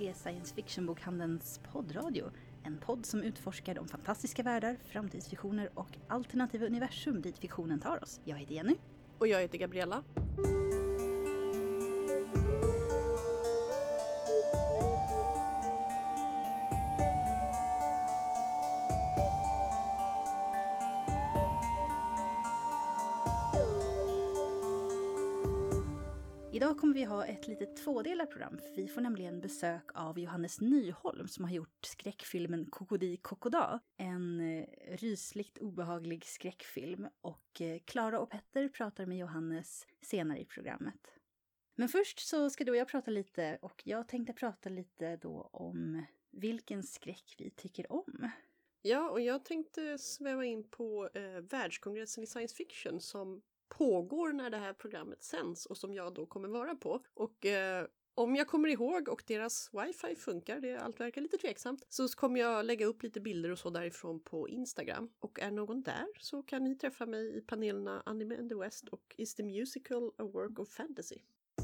är Science Fiction-bokhandelns poddradio. En podd som utforskar de fantastiska världar, framtidsvisioner och alternativa universum dit fiktionen tar oss. Jag heter Jenny. Och jag heter Gabriella. Idag kommer vi ha ett litet tvådelat program. Vi får nämligen besök av Johannes Nyholm som har gjort skräckfilmen Kokodi Kokoda. En rysligt obehaglig skräckfilm. Och Klara och Petter pratar med Johannes senare i programmet. Men först så ska du och jag prata lite, och jag tänkte prata lite då om vilken skräck vi tycker om. Ja, och jag tänkte sväva in på världskongressen i science fiction som pågår när det här programmet sänds och som jag då kommer vara på. Och om jag kommer ihåg och deras wifi funkar, det allt verkar lite tveksamt, så kommer jag lägga upp lite bilder och så därifrån på Instagram. Och är någon där så kan ni träffa mig i panelerna Anime and the West och Is the Musical a Work of Fantasy?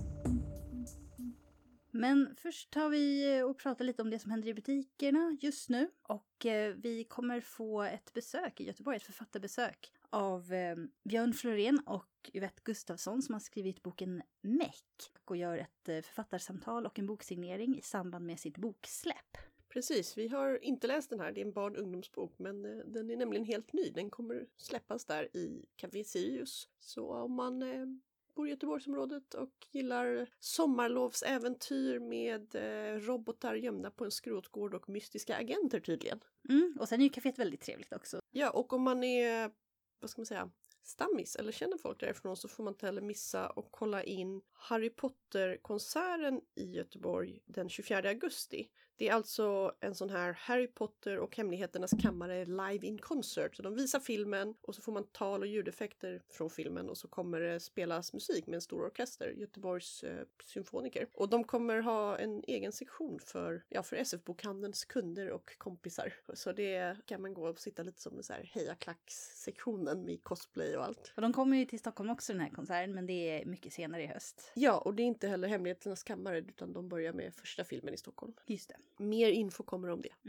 Men först tar vi och pratar lite om det som händer i butikerna just nu. Och vi kommer få ett besök i Göteborg, ett författarbesök av Björn Florén och Yvette Gustafsson som har skrivit boken Meck. Och gör ett författarsamtal och en boksignering i samband med sitt boksläpp. Precis, vi har inte läst den här, det är en barn- och ungdomsbok, men den är nämligen helt ny. Den kommer släppas där i Café Sirius. Så om man bor i Göteborgsområdet och gillar sommarlovsäventyr med robotar gömda på en skrotgård och mystiska agenter tydligen. Och sen är ju kaféet väldigt trevligt också. Ja, och om man är, vad ska man säga, stammis eller känner folk därifrån så får man inte heller missa och kolla in Harry Potter-konserten i Göteborg den 24 augusti. Det är alltså en sån här Harry Potter och hemligheternas kammare live in concert. Så de visar filmen och så får man tal- och ljudeffekter från filmen och så kommer det spelas musik med en stor orkester, Göteborgs symfoniker. Och de kommer ha en egen sektion för SF-bokhandelns kunder och kompisar. Så det kan man gå och sitta lite som en så här hejaklackssektionen med cosplay och allt. Och de kommer ju till Stockholm också den här konserten, men det är mycket senare i höst. Ja, och det är inte heller hemligheternas kammare utan de börjar med första filmen i Stockholm. Just det. Mer info kommer om det.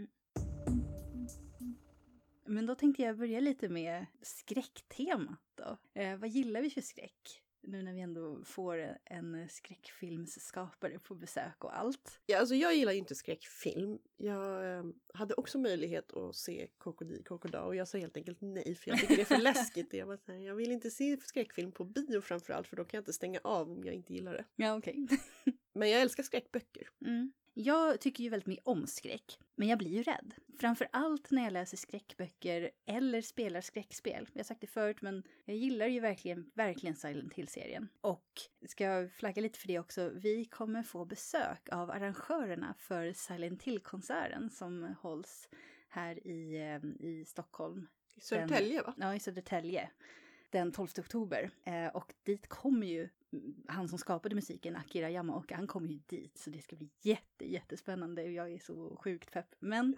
Men då tänkte jag börja lite med skräcktemat då. Vad gillar vi för skräck? Nu när vi ändå får en skräckfilmsskapare på besök och allt. Ja, alltså jag gillar ju inte skräckfilm. Jag hade också möjlighet att se Kokodi Kokoda och jag sa helt enkelt nej för jag tycker det är för läskigt. Jag vill inte se skräckfilm på bio framförallt för då kan jag inte stänga av om jag inte gillar det. Ja, okej. Men jag älskar skräckböcker. Jag tycker ju väldigt mycket om skräck, men jag blir ju rädd. Framförallt när jag läser skräckböcker eller spelar skräckspel. Jag har sagt det förut, men jag gillar ju verkligen Silent Hill-serien. Och ska jag flagga lite för det också, vi kommer få besök av arrangörerna för Silent Hill-konserten som hålls här i Stockholm. I Södertälje va? Ja, i Södertälje. Den 12 oktober. Och dit kommer ju han som skapade musiken, Akira Yamaoka, han kommer ju dit. Så det ska bli jättespännande och jag är så sjukt pepp. Men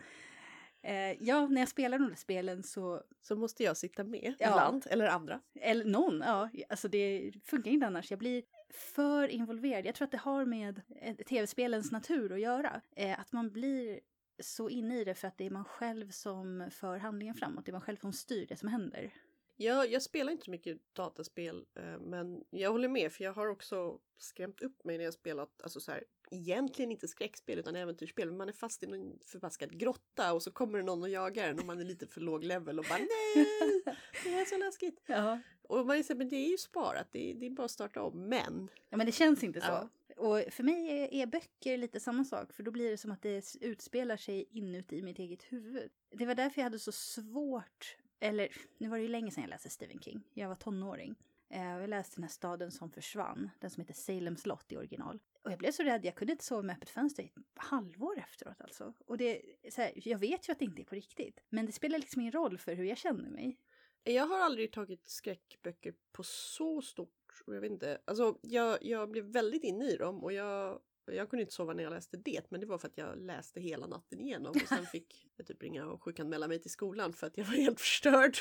när jag spelar de där spelen så måste jag sitta med ibland, eller andra. Eller någon, ja. Alltså det funkar inte annars. Jag blir för involverad. Jag tror att det har med tv-spelens natur att göra. Att man blir så inne i det för att det är man själv som för handlingen framåt. Det är man själv som styr det som händer. Jag spelar inte så mycket dataspel, men jag håller med för jag har också skrämt upp mig när jag spelat, alltså så här, egentligen inte skräckspel utan äventyrsspel, men man är fast i en förbaskad grotta och så kommer det någon och jagar en och man är lite för låg level och bara nej, det är så läskigt. Ja. Och man säger, men det är ju sparat, det är bara att starta om, men... Ja, men det känns inte så. Ja. Och för mig är böcker lite samma sak, för då blir det som att det utspelar sig inuti mitt eget huvud. Det var därför jag hade så svårt, eller nu var det ju länge sedan jag läste Stephen King. Jag var tonåring. Jag läste Den här staden som försvann, den som heter Salem slott i original. Och jag blev så rädd, jag kunde inte sova med öppet fönster i ett halvår efteråt alltså. Och det, så här, jag vet ju att det inte är på riktigt, men det spelar liksom ingen roll för hur jag känner mig. Jag har aldrig tagit skräckböcker på så stort, jag vet inte, alltså jag blev väldigt inne i dem och jag kunde inte sova när jag läste det, men det var för att jag läste hela natten igenom och sen fick jag typ ringa och sjukanmäla mig till skolan för att jag var helt förstörd.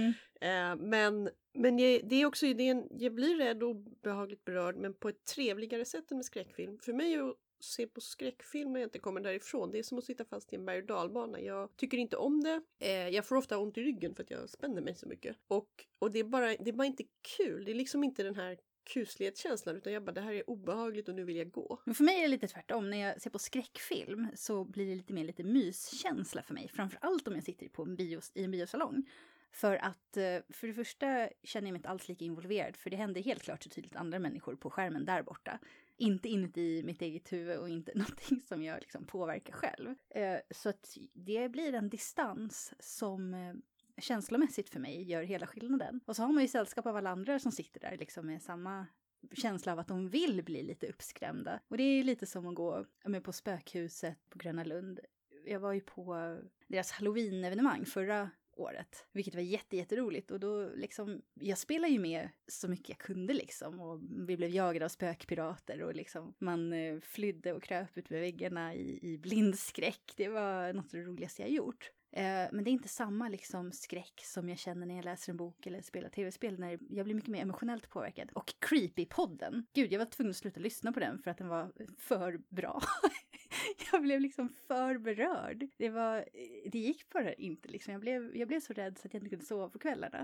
Men det är också, jag blir rädd och behagligt berörd, men på ett trevligare sätt än med skräckfilm. För mig är se på skräckfilm när jag inte kommer därifrån. Det är som att sitta fast i en berg- och dalbana. Jag tycker inte om det. Jag får ofta ont i ryggen för att jag spänner mig så mycket. Och det är bara inte kul. Det är liksom inte den här kuslighetskänslan, utan jag bara, det här är obehagligt och nu vill jag gå. Men för mig är det lite tvärtom. När jag ser på skräckfilm så blir det lite myskänsla för mig. Framförallt om jag sitter i en biosalong. För att för det första känner jag mig inte alls lika involverad. För det händer helt klart så tydligt andra människor på skärmen där borta. Inte inuti mitt eget huvud och inte någonting som jag liksom påverkar själv. Så att det blir en distans som känslomässigt för mig gör hela skillnaden. Och så har man ju sällskap av alla andra som sitter där liksom med samma känsla av att de vill bli lite uppskrämda. Och det är lite som att gå på spökhuset på Gröna Lund. Jag var ju på deras Halloween-evenemang förra året, vilket var jätteroligt. Och då liksom, jag spelade ju med så mycket jag kunde liksom, och vi blev jagade av spökpirater och liksom, man flydde och kröp ut med väggarna i blindskräck. Det var något av det roligaste jag gjort. Men det är inte samma liksom skräck som jag känner när jag läser en bok eller spelar tv-spel, när jag blir mycket mer emotionellt påverkad. Och Creepy-podden, gud, jag var tvungen att sluta lyssna på den för att den var för bra. Jag blev liksom för berörd. Det gick bara inte liksom. Jag blev så rädd så att jag inte kunde sova på kvällarna.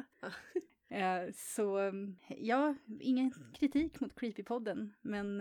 Så ja, ingen kritik mot Creepy-podden, men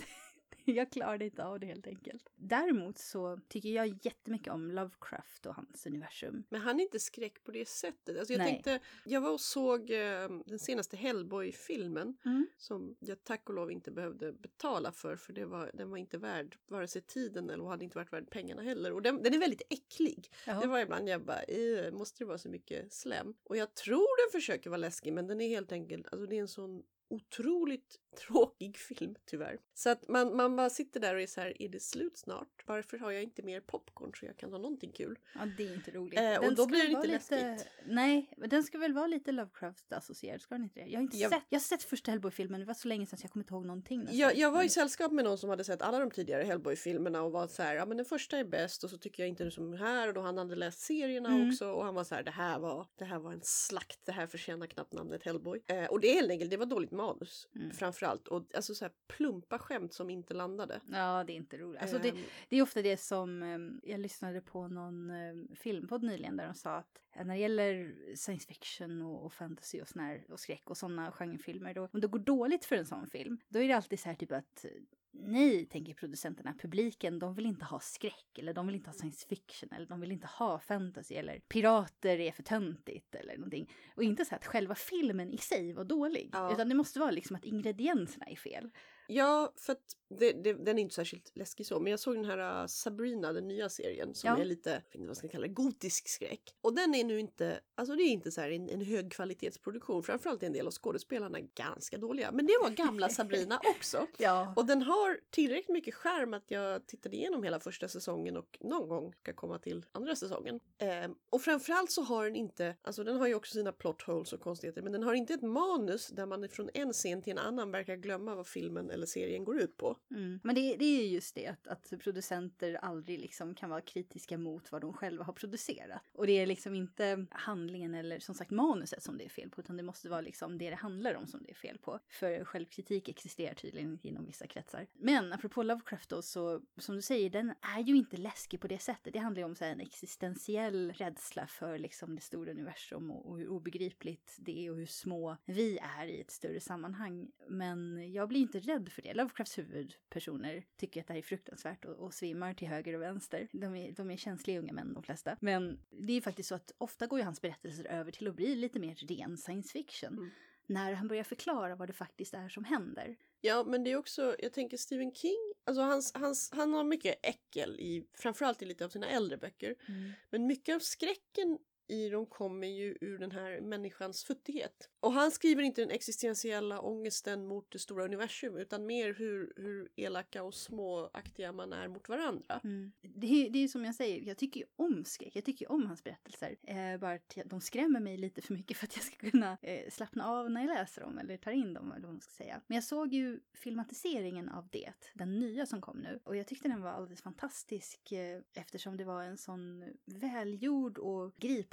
jag klarade inte av det helt enkelt. Däremot så tycker jag jättemycket om Lovecraft och hans universum. Men han är inte skräck på det sättet. Alltså jag var och såg den senaste Hellboy-filmen som jag tack och lov inte behövde betala för den var inte värd vare sig tiden eller hade inte varit värd pengarna heller. Och den är väldigt äcklig. Jaha. Det var ibland jag bara, måste det vara så mycket slem? Och jag tror den försöker vara läskig, men den är helt enkelt, alltså det är en sån otroligt tråkig film tyvärr. Så att man bara sitter där och är så här, är det slut snart? Varför har jag inte mer popcorn så jag kan ha någonting kul? Ja, det är inte roligt. Och då blir det lite läskigt. Nej, men den ska väl vara lite Lovecraft-associerad, ska den inte det? Jag har sett första Hellboy-filmen, det var så länge sedan så jag kommer inte ihåg någonting. Jag var i sällskap med någon som hade sett alla de tidigare Hellboy-filmerna och var så här, ja men den första är bäst och så tycker jag inte det som här, och då han hade läst serierna också och han var så här, det här var en slakt, det här förtjänar knappt namnet Hellboy. Och det är helt enkelt, det var dåligt manus framförallt, och alltså så här plumpa skämt som inte landade. Ja, det är inte roligt. Alltså det är ofta det som jag lyssnade på någon filmpodd nyligen där de sa att när det gäller science fiction och fantasy och och skräck och sådana genrefilmer, om det går dåligt för en sån film, då är det alltid så här typ att nej, tänker producenterna, publiken, de vill inte ha skräck, eller de vill inte ha science fiction, eller de vill inte ha fantasy, eller pirater är för töntigt, eller någonting. Och inte så att själva filmen i sig var dålig, utan det måste vara liksom att ingredienserna är fel. Ja, för att den är inte särskilt läskig så, men jag såg den här Sabrina, den nya serien, som är lite, jag vet inte vad ska kalla det, gotisk skräck. Och den är nu inte, alltså det är inte så här en högkvalitetsproduktion, framförallt är en del av skådespelarna ganska dåliga, men det var gamla Sabrina också. Ja. Och den har tillräckligt mycket skärm att jag tittade igenom hela första säsongen och någon gång ska komma till andra säsongen. Och framförallt så har den inte, alltså den har ju också sina plot holes och konstigheter, men den har inte ett manus där man från en scen till en annan verkar glömma vad filmen eller serien går ut på. Men det är just det att producenter aldrig liksom kan vara kritiska mot vad de själva har producerat. Och det är liksom inte handlingen eller som sagt manuset som det är fel på, utan det måste vara liksom det handlar om som det är fel på. För självkritik existerar tydligen inte inom vissa kretsar. Men apropå Lovecraft då, så som du säger, den är ju inte läskig på det sättet. Det handlar ju om så här, en existentiell rädsla för liksom det stora universum och hur obegripligt det är och hur små vi är i ett större sammanhang. Men jag blir inte rädd för det. Lovecrafts huvudpersoner tycker att det här är fruktansvärt och svimmar till höger och vänster. De är känsliga unga män, de flesta. Men det är faktiskt så att ofta går ju hans berättelser över till att bli lite mer ren science fiction. När han börjar förklara vad det faktiskt är som händer. Ja, men det är också, jag tänker Stephen King, alltså han har mycket äckel framförallt i lite av sina äldre böcker. Men mycket av skräcken i dem kommer ju ur den här människans futtighet. Och han skriver inte den existentiella ångesten mot det stora universum, utan mer hur elaka och småaktiga man är mot varandra. Det är som jag säger, jag tycker ju om skräck, jag tycker om hans berättelser. Bara de skrämmer mig lite för mycket för att jag ska kunna slappna av när jag läser dem, eller tar in dem, eller vad man ska säga. Men jag såg ju filmatiseringen av det, den nya som kom nu. Och jag tyckte den var alldeles fantastisk eftersom det var en sån välgjord och gripande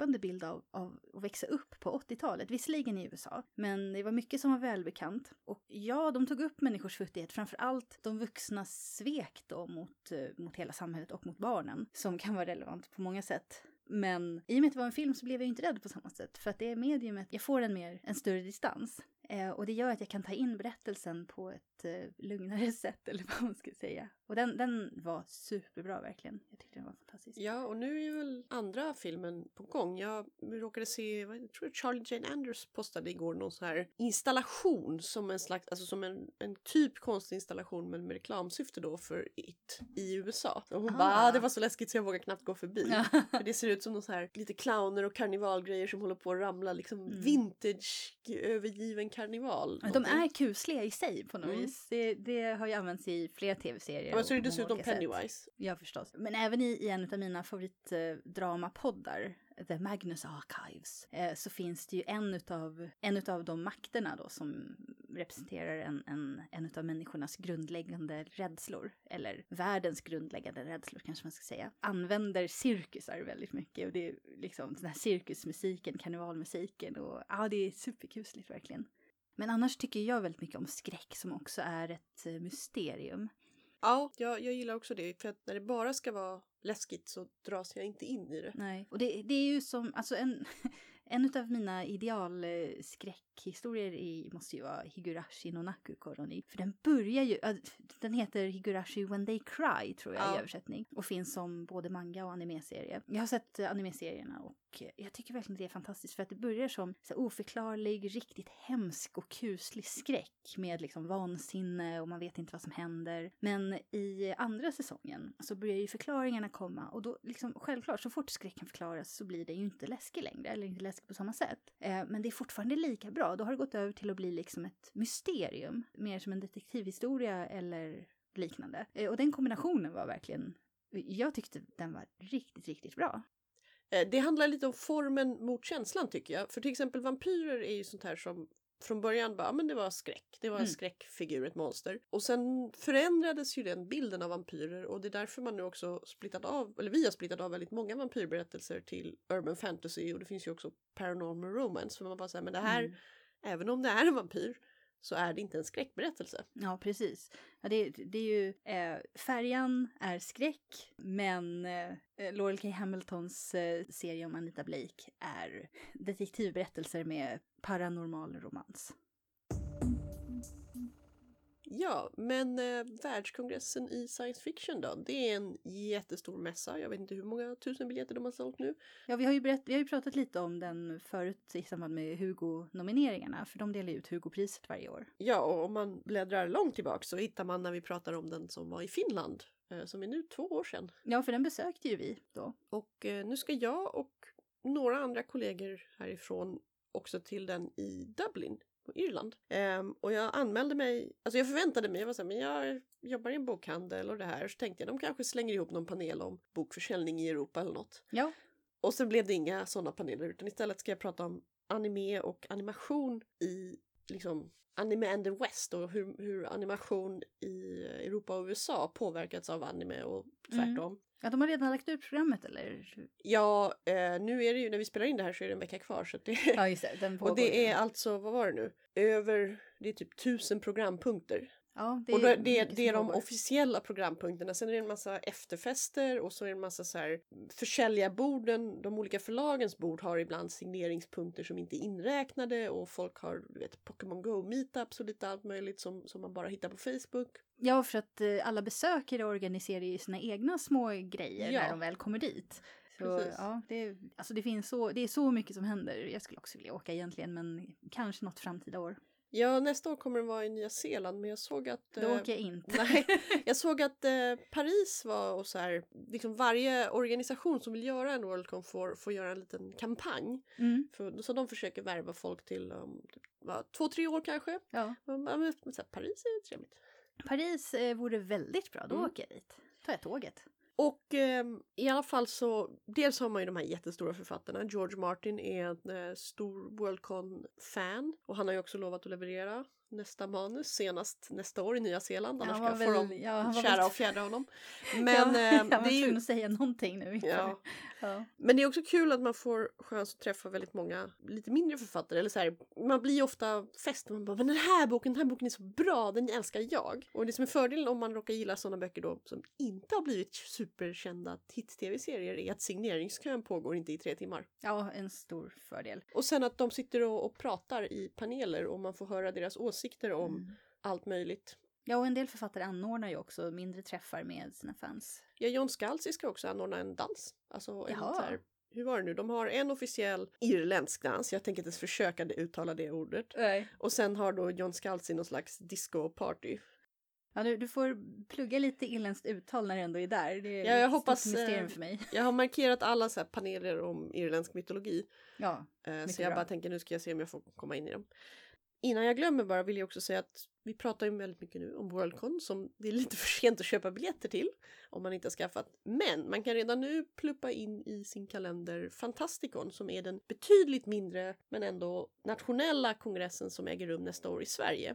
levande bild av att växa upp på 80-talet. Visserligen i USA, men det var mycket som var välbekant. Och ja, de tog upp människors futtighet, framförallt de vuxnas svek då mot hela samhället och mot barnen, som kan vara relevant på många sätt. Men i och med att det var en film så blev jag inte rädd på samma sätt. För att det är mediumet, jag får en större distans. Och det gör att jag kan ta in berättelsen på ett lugnare sätt, eller vad man ska säga. Och den var superbra verkligen. Jag tyckte den var fantastisk. Ja, och nu är väl andra filmen på gång. Jag råkade se, jag tror Charlie Jane Anders postade igår någon så här installation som en slags, alltså som en typ konstinstallation med reklamsyfte då för It i USA. Och hon bara, det var så läskigt så jag vågar knappt gå förbi. För det ser ut som någon så här lite clowner och karnevalgrejer som håller på att ramla, liksom vintage övergiven karneval. De är kusliga i sig på något vis. Det har ju använts i flera tv-serier. Men så är det dessutom Pennywise. Ja, förstås. Men även i en av mina favoritdramapoddar, The Magnus Archives, så finns det ju en utav de makterna då som representerar en av människornas grundläggande rädslor, eller världens grundläggande rädslor kanske man ska säga, använder cirkusar väldigt mycket, och det är liksom den här cirkusmusiken, karnevalmusiken, och ja, det är superkusligt verkligen. Men annars tycker jag väldigt mycket om skräck som också är ett mysterium. Ja, jag gillar också det. För att när det bara ska vara läskigt så dras jag inte in i det. Nej, och det är ju som, alltså en av mina idealskräckhistorier måste ju vara Higurashi no Naku Koroni. För den börjar ju, den heter Higurashi When They Cry, tror jag, i översättning. Och finns som både manga och anime-serie. Jag har sett anime-serierna och jag tycker verkligen det är fantastiskt. För att det börjar som så oförklarlig, riktigt hemsk och kuslig skräck. Med liksom vansinne och man vet inte vad som händer. Men i andra säsongen så börjar ju förklaringarna komma. Och då liksom självklart, så fort skräcken förklaras så blir det ju inte läskig längre. Eller inte läskig på samma sätt. Men det är fortfarande lika bra. Då har det gått över till att bli liksom ett mysterium. Mer som en detektivhistoria eller liknande. Och den kombinationen var verkligen, jag tyckte den var riktigt, riktigt bra. Det handlar lite om formen mot känslan tycker jag. För till exempel vampyrer är ju sånt här som från början bara, men det var skräck. Det var en skräckfigur, ett monster. Och sen förändrades ju den bilden av vampyrer. Och det är därför man nu också vi har splittat av väldigt många vampyrberättelser till urban fantasy. Och det finns ju också paranormal romance. För man bara säger, men det här, även om det är en vampyr, så är det inte en skräckberättelse. Ja, precis. Ja, det är ju, färjan är skräck, men Laurel K. Hamiltons serie om Anita Blake är detektivberättelser med paranormal romans. Ja, men världskongressen i science fiction då? Det är en jättestor mässa. Jag vet inte hur många 1000 biljetter de har sålt nu. Ja, vi har ju pratat lite om den förut i samband med Hugo-nomineringarna. För de delar ut Hugo-priset varje år. Ja, och om man bläddrar långt tillbaka så hittar man när vi pratar om den som var i Finland. Som är nu 2 år sedan. Ja, för den besökte ju vi då. Och nu ska jag och några andra kollegor härifrån också till den i Dublin. Irland. Och jag anmälde mig, alltså jag förväntade mig, jag var så här, men jag jobbar i en bokhandel och det här, så tänkte jag de kanske slänger ihop någon panel om bokförsäljning i Europa eller något. Ja. Och sen blev det inga sådana paneler, utan istället ska jag prata om anime och animation i liksom anime and the West och hur animation i Europa och USA påverkats av anime och tvärtom. Ja, de har redan lagt ut programmet, eller? Ja, nu är det ju, när vi spelar in det här så är det en vecka kvar. Så det, ja, just det. Den pågår. Och det är alltså, vad var det nu? Det är typ 1000 programpunkter. Ja, det är de officiella programpunkterna. Sen är det en massa efterfester och så är det en massa så här försäljarborden. De olika förlagens bord har ibland signeringspunkter som inte är inräknade och folk har, du vet, Pokémon Go meetups och lite allt möjligt som man bara hittar på Facebook. Ja, för att alla besökare organiserar ju sina egna små grejer när de väl kommer dit. Så, ja, det är så mycket som händer. Jag skulle också vilja åka egentligen, men kanske något framtida år. Ja, nästa år kommer den vara i Nya Zeeland, men jag såg att... Då åker jag inte. Nej, jag såg att Paris var och så här, liksom varje organisation som vill göra en Worldcon får göra en liten kampanj. Så de försöker värva folk till 2-3 år kanske. Ja. Men så här, Paris är trevligt. Paris vore väldigt bra, då åker jag dit. Tar jag tåget. Och i alla fall så, dels har man ju de här jättestora författarna. George Martin är en stor Worldcon-fan. Och han har ju också lovat att leverera. nästa manus senast nästa år i Nya Zeeland. Annars Han var får väl- de ja, han var kära väl- och fjärra honom. Men, Men, han var det är ju, tvungen att säga någonting nu. ja. Ja. Men det är också kul att man får chans att träffa väldigt många lite mindre författare. Eller så här, man blir ju ofta fäst. Man bara, men den här boken är så bra, den älskar jag. Och det som är fördelen om man råkar gilla sådana böcker då som inte har blivit superkända hits-tv-serier är att signeringskön pågår inte i 3 timmar. Ja, en stor fördel. Och sen att de sitter och pratar i paneler och man får höra deras åsikter om allt möjligt. Ja, och en del författare anordnar ju också mindre träffar med sina fans. Ja, John Scalzi ska också anordna en dans. Alltså en Jaha. så här, hur var det nu? De har en officiell irländsk dans. Jag tänker inte ens försöka uttala det ordet. Nej. Och sen har då John Scalzi någon slags disco-party. Ja, du får plugga lite irländskt uttal när du ändå är där. Det är Ja, jag ett hoppas, stort mysterium för mig. Jag har markerat alla så här paneler om irländsk mytologi. Ja, Så jag mycket bra. bara tänker nu ska jag se om jag får komma in i dem. Innan jag glömmer bara vill jag också säga att vi pratar ju väldigt mycket nu om Worldcon som det är lite för sent att köpa biljetter till om man inte har skaffat. Men man kan redan nu pluppa in i sin kalender Fantasticon som är den betydligt mindre men ändå nationella kongressen som äger rum nästa år i Sverige.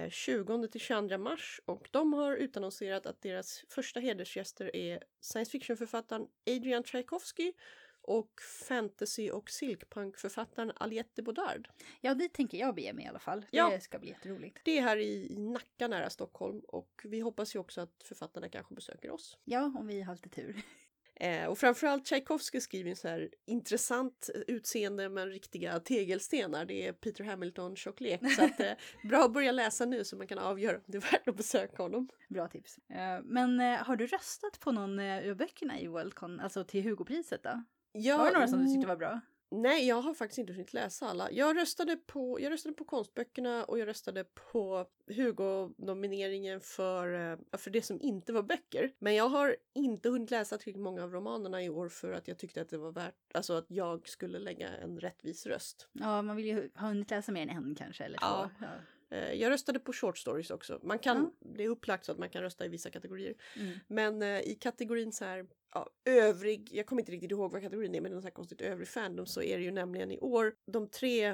20-22 mars och de har utannonserat att deras första hedersgäster är science fiction-författaren Adrian Tchaikovsky och fantasy- och silkpunk-författaren Aliette Bodard. Ja, det tänker jag bege mig i alla fall. Ja. Det ska bli jätteroligt. Det är här i Nacka nära Stockholm och vi hoppas ju också att författarna kanske besöker oss. Ja, om vi har lite tur. Och framförallt Tchaikovsky skriver en så här intressant utseende med riktiga tegelstenar. Det är Peter Hamilton tjocklek. Så att, bra att börja läsa nu så man kan avgöra om det är värt att besöka honom. Bra tips. Men har du röstat på någon ur böckerna i Worldcon, alltså till Hugo-priset då? Var det några som du tyckte var bra? Nej, jag har faktiskt inte hunnit läsa alla. Jag röstade på konstböckerna och jag röstade på Hugo-nomineringen för det som inte var böcker. Men jag har inte hunnit läsa tillräckligt många av romanerna i år för att jag tyckte att det var värt, alltså att jag skulle lägga en rättvis röst. Ja, man vill ju ha hunnit läsa mer än en kanske, eller Ja. två. Ja. Jag röstade på short stories också. Man kan, det är upplagt så att man kan rösta i vissa kategorier. Men i kategorin så här, övrig, jag kommer inte riktigt ihåg vad kategorin är, men någon så här konstigt övrig fandom så är det ju nämligen i år de 3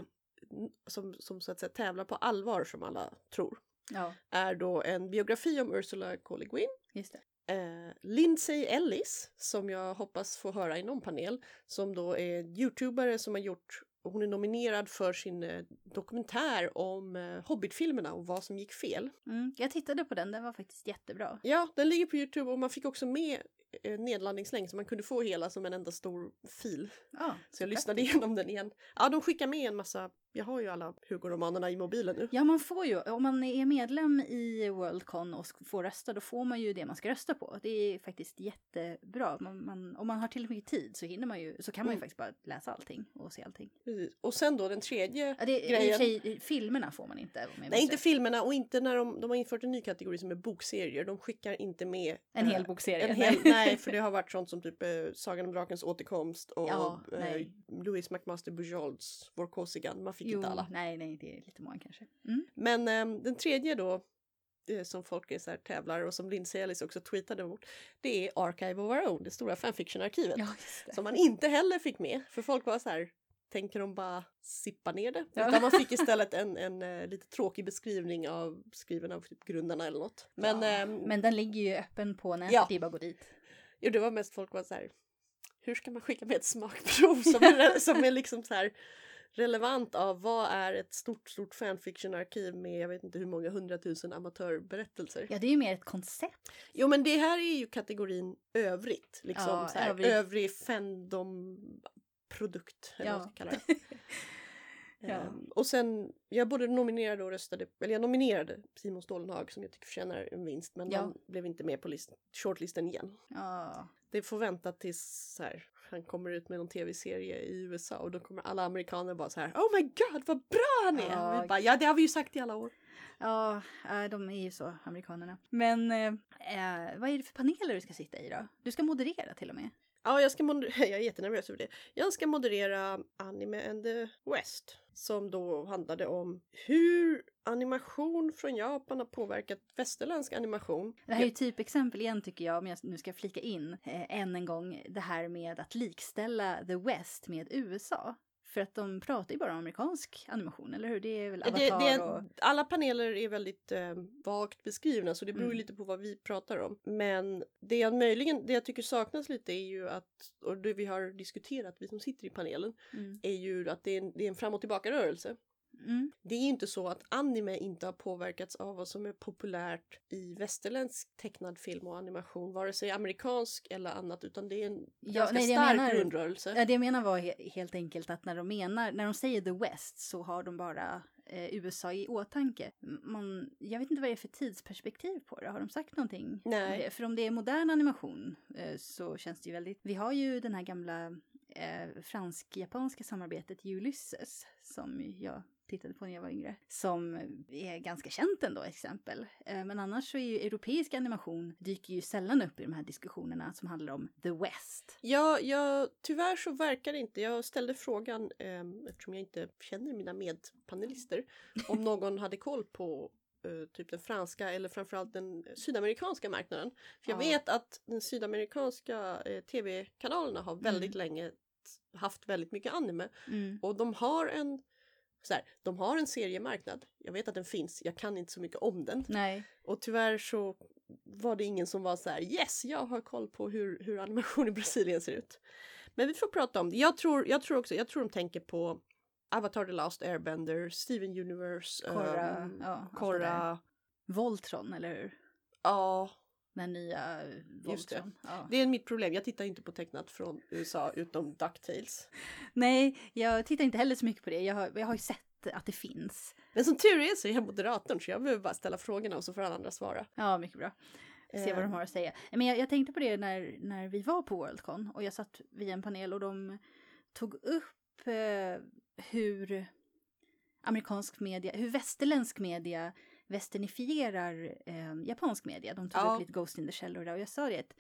som så att säga tävlar på allvar som alla tror. Ja, Är då en biografi om Ursula K. Le Guin. just det. Lindsay Ellis som jag hoppas få höra i någon panel som då är youtubare som har gjort, hon är nominerad för sin dokumentär om Hobbit-filmerna och vad som gick fel. Jag tittade på den var faktiskt jättebra. Ja, den ligger på YouTube och man fick också med nedladdningslänk så man kunde få hela som en enda stor fil. Ja, Så jag lyssnade igenom den igen. Ja, de skickar med en massa, jag har ju alla Hugo-romanerna i mobilen nu. Ja, man får ju, om man är medlem i Worldcon och får rösta, då får man ju det man ska rösta på. Det är faktiskt jättebra. Om man har tillräckligt mycket tid så hinner man ju, så kan man ju faktiskt bara läsa allting och se allting. Precis. Och sen då den tredje Ja, det, grejen. i och för sig, filmerna får man inte. Nej, inte filmerna och inte när de har infört en ny kategori som är bokserier. De skickar inte med En hel bokserie. Nej, för det har varit sånt som typ Sagan om drakens återkomst och nej. Louis McMaster Bujolds Vår Kåsigan. Man fick inte alla. Nej, det är lite många kanske. Men den tredje då, som folk är så här tävlar och som Lindsay Ellis också tweetade mot, det är Archive of Our Own, det stora fanfiction-arkivet. Ja, just det. Som man inte heller fick med, för folk var så här, tänker de bara sippa ner det? Ja. Utan man fick istället en lite tråkig beskrivning skriven av typ grundarna eller något. Men den ligger ju öppen på nätet, Ja. det är bara att gå dit. Jo, det var mest folk var så här, hur ska man skicka med ett smakprov som är liksom så här relevant av vad är ett stort fanfiction-arkiv med jag vet inte hur många 100 000 amatörberättelser. Ja, det är ju mer ett koncept. Jo, men det här är ju kategorin övrigt. Liksom Ja, så här, övrig fandom-produkt. Eller vad man ska kalla det. Ja. Och sen, jag både nominerade och röstade, eller jag nominerade Simon Stålenhag som jag tycker förtjänar en vinst. Men han blev inte med på shortlisten igen. Ja. Det får vänta tills så här, han kommer ut med någon tv-serie i USA och då kommer alla amerikaner bara så här: oh my god, vad bra han är! Ja. Vi bara, ja, det har vi ju sagt i alla år. Ja, de är ju så, amerikanerna. Men vad är det för paneler du ska sitta i då? Du ska moderera till och med. Ja, jag är jättenervös över det. Jag ska moderera Anime and the West. Som då handlade om hur animation från Japan har påverkat västerländsk animation. Det här är ju typexempel igen tycker jag, om jag nu ska flika in än en gång det här med att likställa The West med USA. För att de pratar ju bara om amerikansk animation, eller hur? Det är väl Avatar alla paneler är väldigt vagt beskrivna, så det beror lite på vad vi pratar om. Men det jag tycker saknas lite är ju att, och det vi har diskuterat, vi som sitter i panelen, är ju att det är en fram och tillbaka rörelse. Det är ju inte så att anime inte har påverkats av vad som är populärt i västerländsk tecknad film och animation, vare sig amerikansk eller annat, utan det är en ganska stark grundrörelse. Ja, det jag menar var helt enkelt att när de säger The West så har de bara USA i åtanke. Jag vet inte vad det är för tidsperspektiv på det. Har de sagt någonting? Nej. För om det är modern animation så känns det ju väldigt... Vi har ju den här gamla fransk-japanska samarbetet Ulysses som jag tittade på när jag var yngre, som är ganska känt ändå exempel. Men annars så är ju europeisk animation dyker ju sällan upp i de här diskussionerna som handlar om The West. Ja, tyvärr så verkar det inte. Jag ställde frågan, eftersom jag inte känner mina medpanelister, om någon hade koll på typ den franska eller framförallt den sydamerikanska marknaden. För jag vet att den sydamerikanska tv-kanalerna har väldigt länge haft väldigt mycket anime. Och de har en seriemarknad. Jag vet att den finns. Jag kan inte så mycket om den. Nej. Och tyvärr så var det ingen som var så här: yes, jag har koll på hur animation i Brasilien ser ut. Men vi får prata om det. Jag tror de tänker på Avatar The Last Airbender, Steven Universe, Korra. Voltron, eller hur? Ja. Den nya Voltron. Just det. Ja. Det är mitt problem. Jag tittar inte på tecknat från USA utom DuckTales. Nej, jag tittar inte heller så mycket på det. Jag har ju sett att det finns. Men som tur är så är jag moderatorn, så jag behöver bara ställa frågorna och så får alla andra svara. Ja, mycket bra. Se vad de har att säga. Men jag tänkte på det när vi var på Worldcon och jag satt vid en panel och de tog upp hur västerländsk media westernifierar japansk media. De tog upp lite Ghost in the Shell och jag sa det.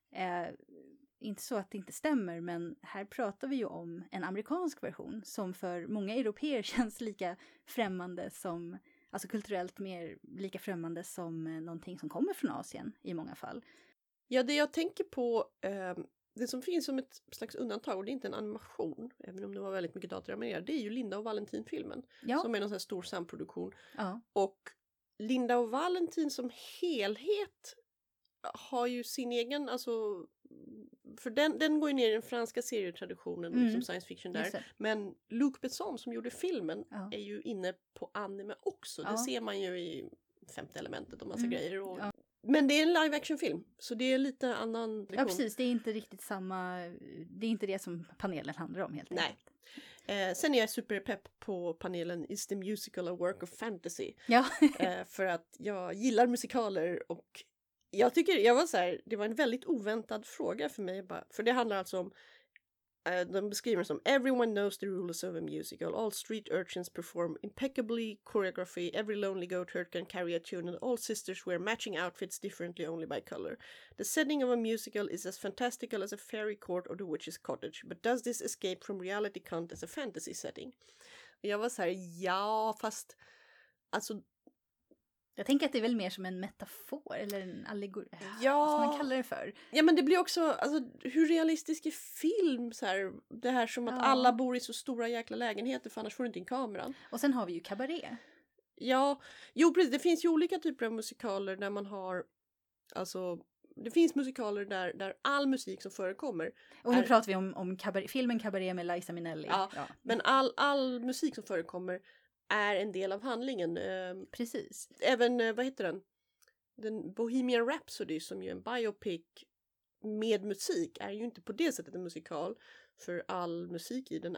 Inte så att det inte stämmer, men här pratar vi ju om en amerikansk version som för många europeer känns lika främmande som, alltså kulturellt mer lika främmande som någonting som kommer från Asien i många fall. Ja, det jag tänker på, det som finns som ett slags undantag, och det är inte en animation, även om det var väldigt mycket datoranimerat, det är ju Linda och Valentin-filmen, som är någon sån här stor samproduktion. Ja. Och Linda och Valentin som helhet har ju sin egen, alltså, för den går ju ner i den franska serietraditionen, liksom science fiction där. Men Luc Besson som gjorde filmen är ju inne på anime också. Det ser man ju i Femte elementet och massa grejer. Och, men det är en live action film, så det är lite annan. Ja, precis. Det är inte riktigt samma, det är inte det som panelen handlar om helt enkelt. Sen är jag superpepp på panelen Is the musical a work of fantasy? Ja. För att jag gillar musikaler och jag var så här, det var en väldigt oväntad fråga för mig. För det handlar alltså om, de beskriver som everyone knows the rules of a musical. All street urchins perform impeccably choreography. Every lonely goat herd can carry a tune and all sisters wear matching outfits differently only by color. The setting of a musical is as fantastical as a fairy court or the witch's cottage. But does this escape from reality count as a fantasy setting? Och jag var så här, ja, fast alltså, jag tänker att det är väl mer som en metafor eller en allegori. Ja. Vad man kallar det för. Ja, men det blir också, alltså, hur realistisk är film? Så här, det här som att alla bor i så stora jäkla lägenheter, för annars får du inte in kameran. Och sen har vi ju Cabaret. Ja, jo precis. Det finns ju olika typer av musikaler där man har, alltså, det finns musikaler där all musik som förekommer. Och nu pratar vi om filmen Cabaret med Liza Minnelli. Ja. Men all musik som förekommer är en del av handlingen. Precis. Även, vad heter den Bohemian Rhapsody, som ju är en biopic med musik, är ju inte på det sättet en musikal. För all musik i den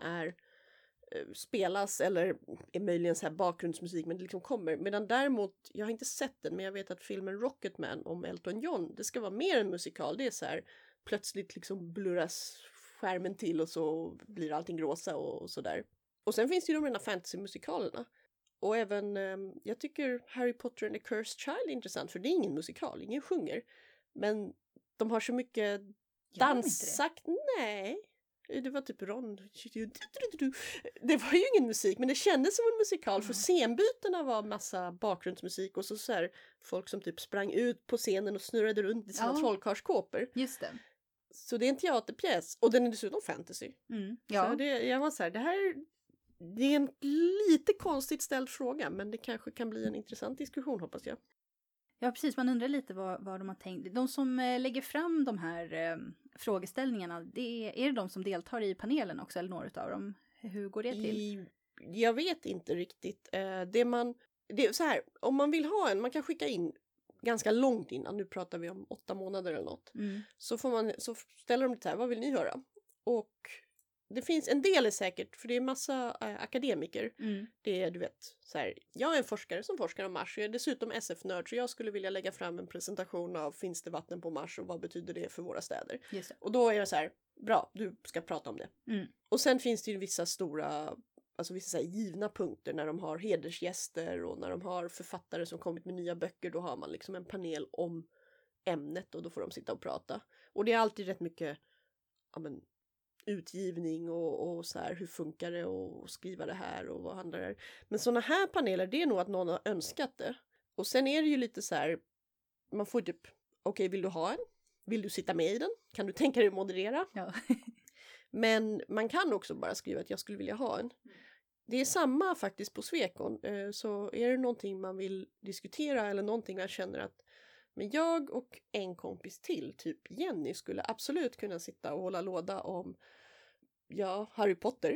spelas eller är möjligen så här bakgrundsmusik, men det liksom kommer. Medan däremot, jag har inte sett den, men jag vet att filmen Rocketman om Elton John, det ska vara mer en musikal. Det är så här, plötsligt liksom blurras skärmen till och så blir allting rosa och sådär. Och sen finns det ju de rena fantasy-musikalerna. Och även, jag tycker Harry Potter and the Cursed Child är intressant, för det är ingen musikal, ingen sjunger. Men de har så mycket dansakt. Nej, det var typ Ron. Det var ju ingen musik, men det kändes som en musikal, för scenbytena var massa bakgrundsmusik och så här, folk som typ sprang ut på scenen och snurrade runt i sina trollkarlskåpor. Just det. Så det är en teaterpjäs och den är dessutom fantasy. Ja. Så jag var så här, det är en lite konstigt ställd fråga, men det kanske kan bli en intressant diskussion, hoppas jag. Ja, precis. Man undrar lite vad de har tänkt. De som lägger fram de här frågeställningarna, är det de som deltar i panelen också, eller några av dem? Hur går det till? Jag vet inte riktigt. Det är så här, om man vill ha man kan skicka in ganska långt innan, nu pratar vi om 8 månader eller något. Så så ställer de det här, vad vill ni höra? Och det finns en del är säkert, för det är massa akademiker. Det är, du vet, så här, jag är en forskare som forskar om Mars. Jag är dessutom SF-nörd, så jag skulle vilja lägga fram en presentation av finns det vatten på Mars och vad betyder det för våra städer. Och då är det så här, bra, du ska prata om det. Och sen finns det ju vissa stora, alltså vissa så här givna punkter när de har hedersgäster och när de har författare som kommit med nya böcker, då har man liksom en panel om ämnet och då får de sitta och prata. Och det är alltid rätt mycket, utgivning och så här, hur funkar det att skriva det här och vad handlar det. Men sådana här paneler, det är nog att någon har önskat det. Och sen är det ju lite så här, man får typ, okej, vill du ha en? Vill du sitta med i den? Kan du tänka dig att moderera? Ja. Men man kan också bara skriva att jag skulle vilja ha en. Det är samma faktiskt på Swecon. Så är det någonting man vill diskutera eller någonting man känner att men jag och en kompis till, typ Jenny, skulle absolut kunna sitta och hålla låda om Harry Potter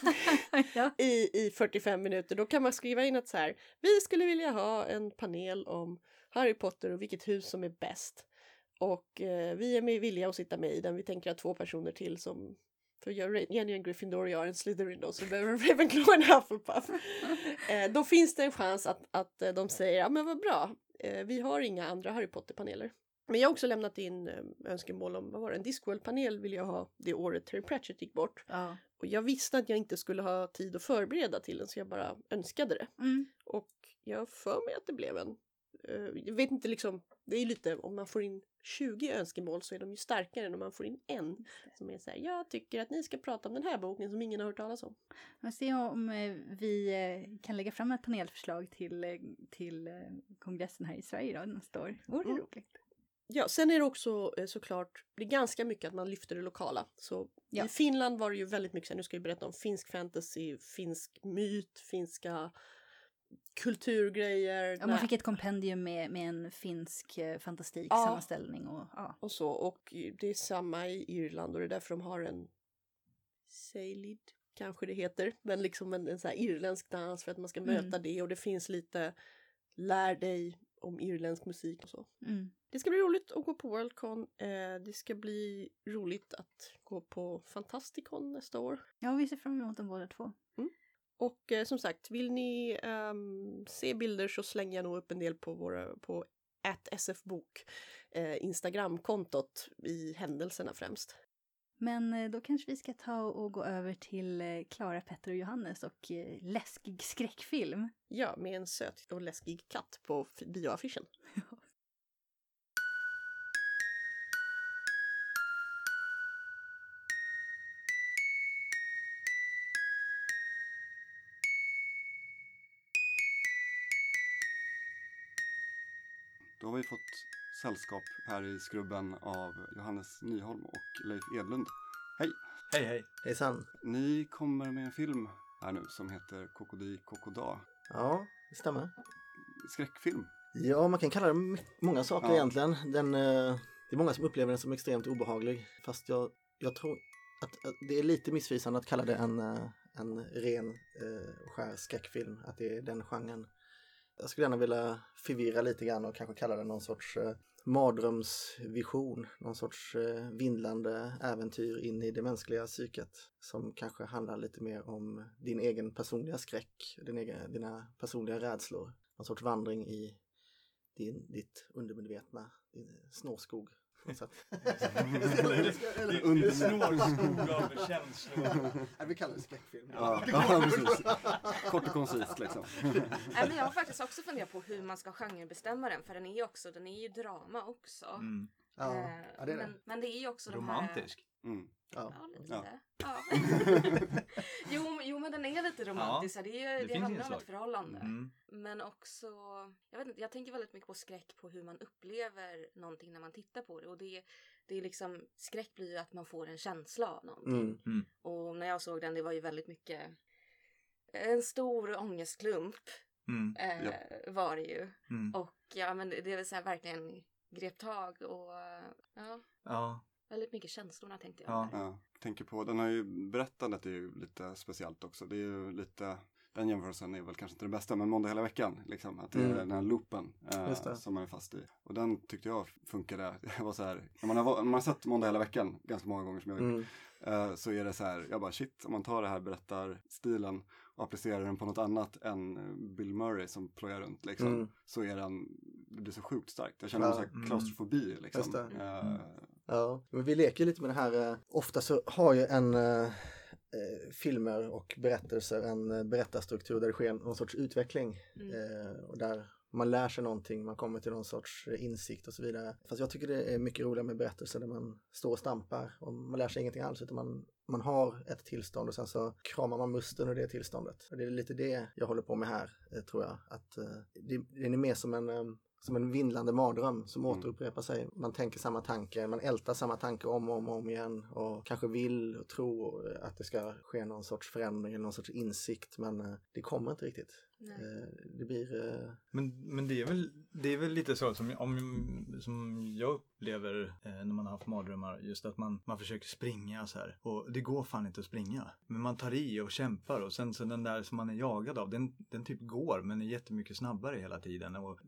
i 45 minuter. Då kan man skriva in att så här, vi skulle vilja ha en panel om Harry Potter och vilket hus som är bäst. Och vi är villiga att sitta med i den. Vi tänker att 2 personer till som, för Jenny är en Gryffindor och jag är en Slytherin då, så behöver Ravenclaw en Hufflepuff. Då finns det en chans att de säger, ja men vad bra. Vi har inga andra Harry Potter-paneler. Men jag har också lämnat in önskemål om, vad var det, en Discworld-panel vill jag ha det året Terry Pratchett gick bort. Ja. Och jag visste att jag inte skulle ha tid att förbereda till den, så jag bara önskade det. Och jag för mig att det blev en. Jag vet inte liksom, det är ju lite, om man får in 20 önskemål så är de ju starkare än om man får in en. Som är så här, jag tycker att ni ska prata om den här boken som ingen har hört talas om. Jag ser om vi kan lägga fram ett panelförslag till kongressen här i Sverige då, nästa år. Vore det roligt? Ja, sen är det också såklart, det är ganska mycket att man lyfter det lokala. Så i Finland var det ju väldigt mycket, nu ska jag berätta om finsk fantasy, finsk myt, finska kulturgrejer. Ja, man fick ett kompendium med en finsk fantastik sammanställning och så. Och det är samma i Irland och det är därför de har en Seilid, kanske det heter, men liksom en så här irländsk dans för att man ska möta det, och det finns lite lär dig om irländsk musik och så. Det ska bli roligt att gå på Worldcon. Det ska bli roligt att gå på Fantasticon nästa år. Ja, vi ser fram emot dem båda 2. Och som sagt, vill ni se bilder så slänger jag nog upp en del på @sfbok Instagram-kontot i händelserna främst. Men då kanske vi ska ta och gå över till Klara, Petter och Johannes och läskig skräckfilm. Ja, med en söt och läskig katt på bioaffischen. Då har vi fått sällskap här i skrubben av Johannes Nyholm och Leif Edlund. Hej! Hej, hej! Hejsan! Ni kommer med en film här nu som heter Kokodi Kokoda. Ja, det stämmer. Skräckfilm. Ja, man kan kalla det många saker egentligen. Det är många som upplever den som extremt obehaglig. Fast jag tror att det är lite missvisande att kalla det en ren och skär skräckfilm. Att det är den genren. Jag skulle gärna vilja förvirra lite grann och kanske kalla det någon sorts mardrömsvision. Någon sorts vindlande äventyr in i det mänskliga psyket. Som kanske handlar lite mer om din egen personliga skräck. Dina personliga rädslor. Någon sorts vandring i ditt undermedvetna, din snårskog. Eller snårskog av känslor. Vi kallar det skräckfilm. Ja, precis. Kort och koncist liksom. Men jag har faktiskt också funderat på hur man ska genrebestämma den. För den är ju drama också. Ja, det är det. Men det är ju också romantisk. Ja, lite. Ja. jo, men den är lite romantisk. Ja, det handlar om ett förhållande. Men också, jag vet inte, jag tänker väldigt mycket på skräck, på hur man upplever någonting när man tittar på det. Och det Det är liksom, skräck blir ju att man får en känsla av någonting. Och när jag såg den, det var ju väldigt mycket en stor ångestklump var det ju. Och ja, men det är väl så här verkligen grep tag och väldigt mycket känslorna tänkte jag. Ja, tänker på, den har ju, berättandet är ju lite speciellt också. Det är ju lite, den jämförelsen är väl kanske inte det bästa, men Måndag hela veckan, liksom. Att det är den här loopen som man är fast i. Och den tyckte jag funkade. Det var så här, när man har sett Måndag hela veckan ganska många gånger som jag har gjort, så är det så här, jag bara shit, om man tar det här berättarstilen och applicerar den på något annat än Bill Murray som plojar runt, liksom, så är det blir så sjukt starkt. Jag känner en sån här klaustrofobi, liksom. Ja, men vi leker lite med det här. Ofta så har ju filmer och berättelser en berättarstruktur där det sker någon sorts utveckling. Och där man lär sig någonting, man kommer till någon sorts insikt och så vidare. Fast jag tycker det är mycket roligare med berättelser där man står och stampar och man lär sig ingenting alls, utan man har ett tillstånd och sen så kramar man musten ur det tillståndet. Och det är lite det jag håller på med här, tror jag. Att det är mer som en vindlande mardröm som återupprepar sig. Man tänker samma tanke, man ältar samma tanke om och om igen och kanske vill och tror att det ska ske någon sorts förändring, någon sorts insikt, men det kommer inte riktigt. Det blir... Men det är väl lite så som jag upplever när man har haft mardrömmar, just att man försöker springa så här, och det går fan inte att springa, men man tar i och kämpar, och sen så den där som man är jagad av, den typ går, men är jättemycket snabbare hela tiden, och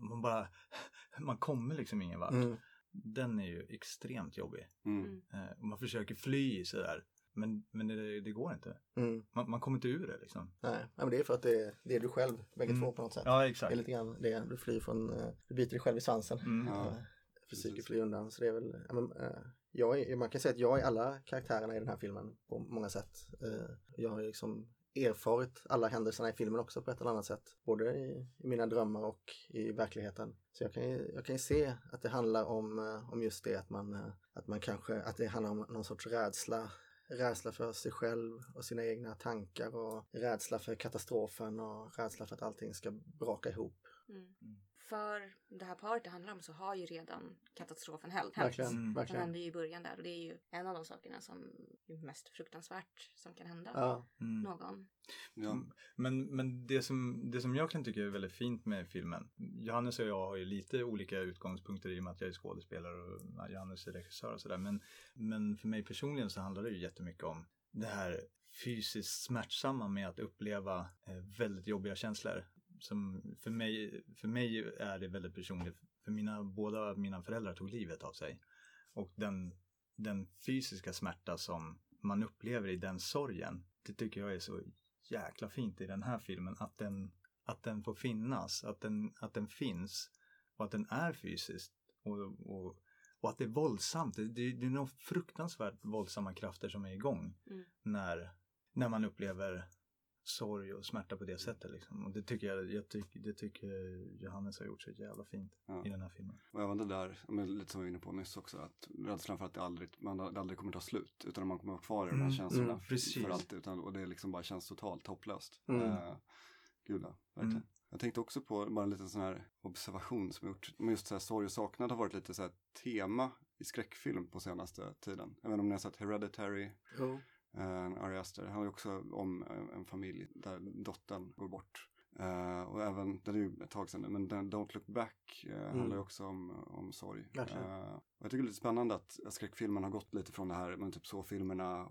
man kommer liksom ingen vart. Den är ju extremt jobbig. Och man försöker fly så där. Men det går inte. Man kommer inte ur det liksom. Nej, men det är för att det är du själv, bägge två på något sätt. Ja, exakt. Det är lite grann det, du flyr från, du biter dig själv i svansen. Försöker fly undan. Så det är väl, man kan säga att jag är alla karaktärerna i den här filmen på många sätt. Jag har liksom erfarit alla händelserna i filmen också på ett eller annat sätt. Både i mina drömmar och i verkligheten. Så jag kan ju se att det handlar om just det, att man kanske, att det handlar om någon sorts rädsla för sig själv och sina egna tankar, och rädsla för katastrofen och rädsla för att allting ska braka ihop. För det här paret det handlar om så har ju redan katastrofen hänt. Verkligen. Den hände ju i början där, och det är ju en av de sakerna som är mest fruktansvärt som kan hända någon. Ja. Men det som jag kan tycka är väldigt fint med filmen, Johannes och jag har ju lite olika utgångspunkter i och med att jag är skådespelare och Johannes är regissör och sådär, men för mig personligen så handlar det ju jättemycket om det här fysiskt smärtsamma med att uppleva väldigt jobbiga känslor. Som för mig är det väldigt personligt, för båda mina föräldrar tog livet av sig, och den fysiska smärta som man upplever i den sorgen, det tycker jag är så jäkla fint i den här filmen, att den får finnas, att den finns, och att den är fysiskt, och att det är våldsamt. Det är nog fruktansvärt våldsamma krafter som är igång när man upplever sorg och smärta på det sättet liksom. Och det tycker Johannes har gjort så jävla fint i den här filmen. Och även det där, lite som vi var inne på nyss också, att rädslan för att det aldrig kommer ta slut, utan att man kommer vara kvar i de här känslorna för alltid, och det liksom bara känns totalt hopplöst. Gud ja, verkligen. Jag tänkte också på bara en liten sån här observation som jag gjort. Men just så här, sorg och saknad har varit lite så här tema i skräckfilm på senaste tiden. Jag vet inte om ni har sett Hereditary. Ari Aster. Han har ju också om en familj där dottern går bort. Och även, det är ju ett tag sedan nu, men Don't Look Back handlar ju också om sorg. Och jag tycker det är lite spännande att skräckfilmen har gått lite från det här, men typ så filmerna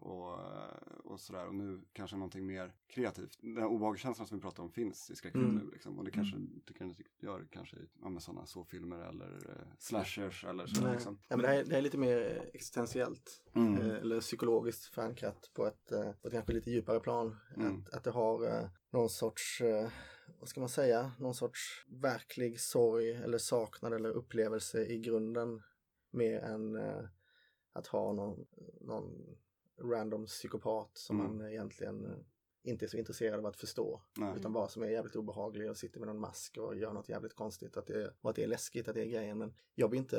och sådär, och nu kanske någonting mer kreativt. Den här obehagskänslan som vi pratar om finns i skräckfilm nu liksom, och det kanske tycker jag inte gör kanske med sådana så filmer eller slashers eller så liksom. Ja, men det är lite mer existentiellt eller psykologiskt förankrat på ett kanske lite djupare plan. Att det har någon sorts, vad ska man säga, någon sorts verklig sorg eller saknad eller upplevelse i grunden, mer än att ha någon random psykopat som man egentligen inte är så intresserad av att förstå. Utan bara som är jävligt obehaglig och sitter med någon mask och gör något jävligt konstigt. Att det är läskigt, att det är grejen. Men jag blir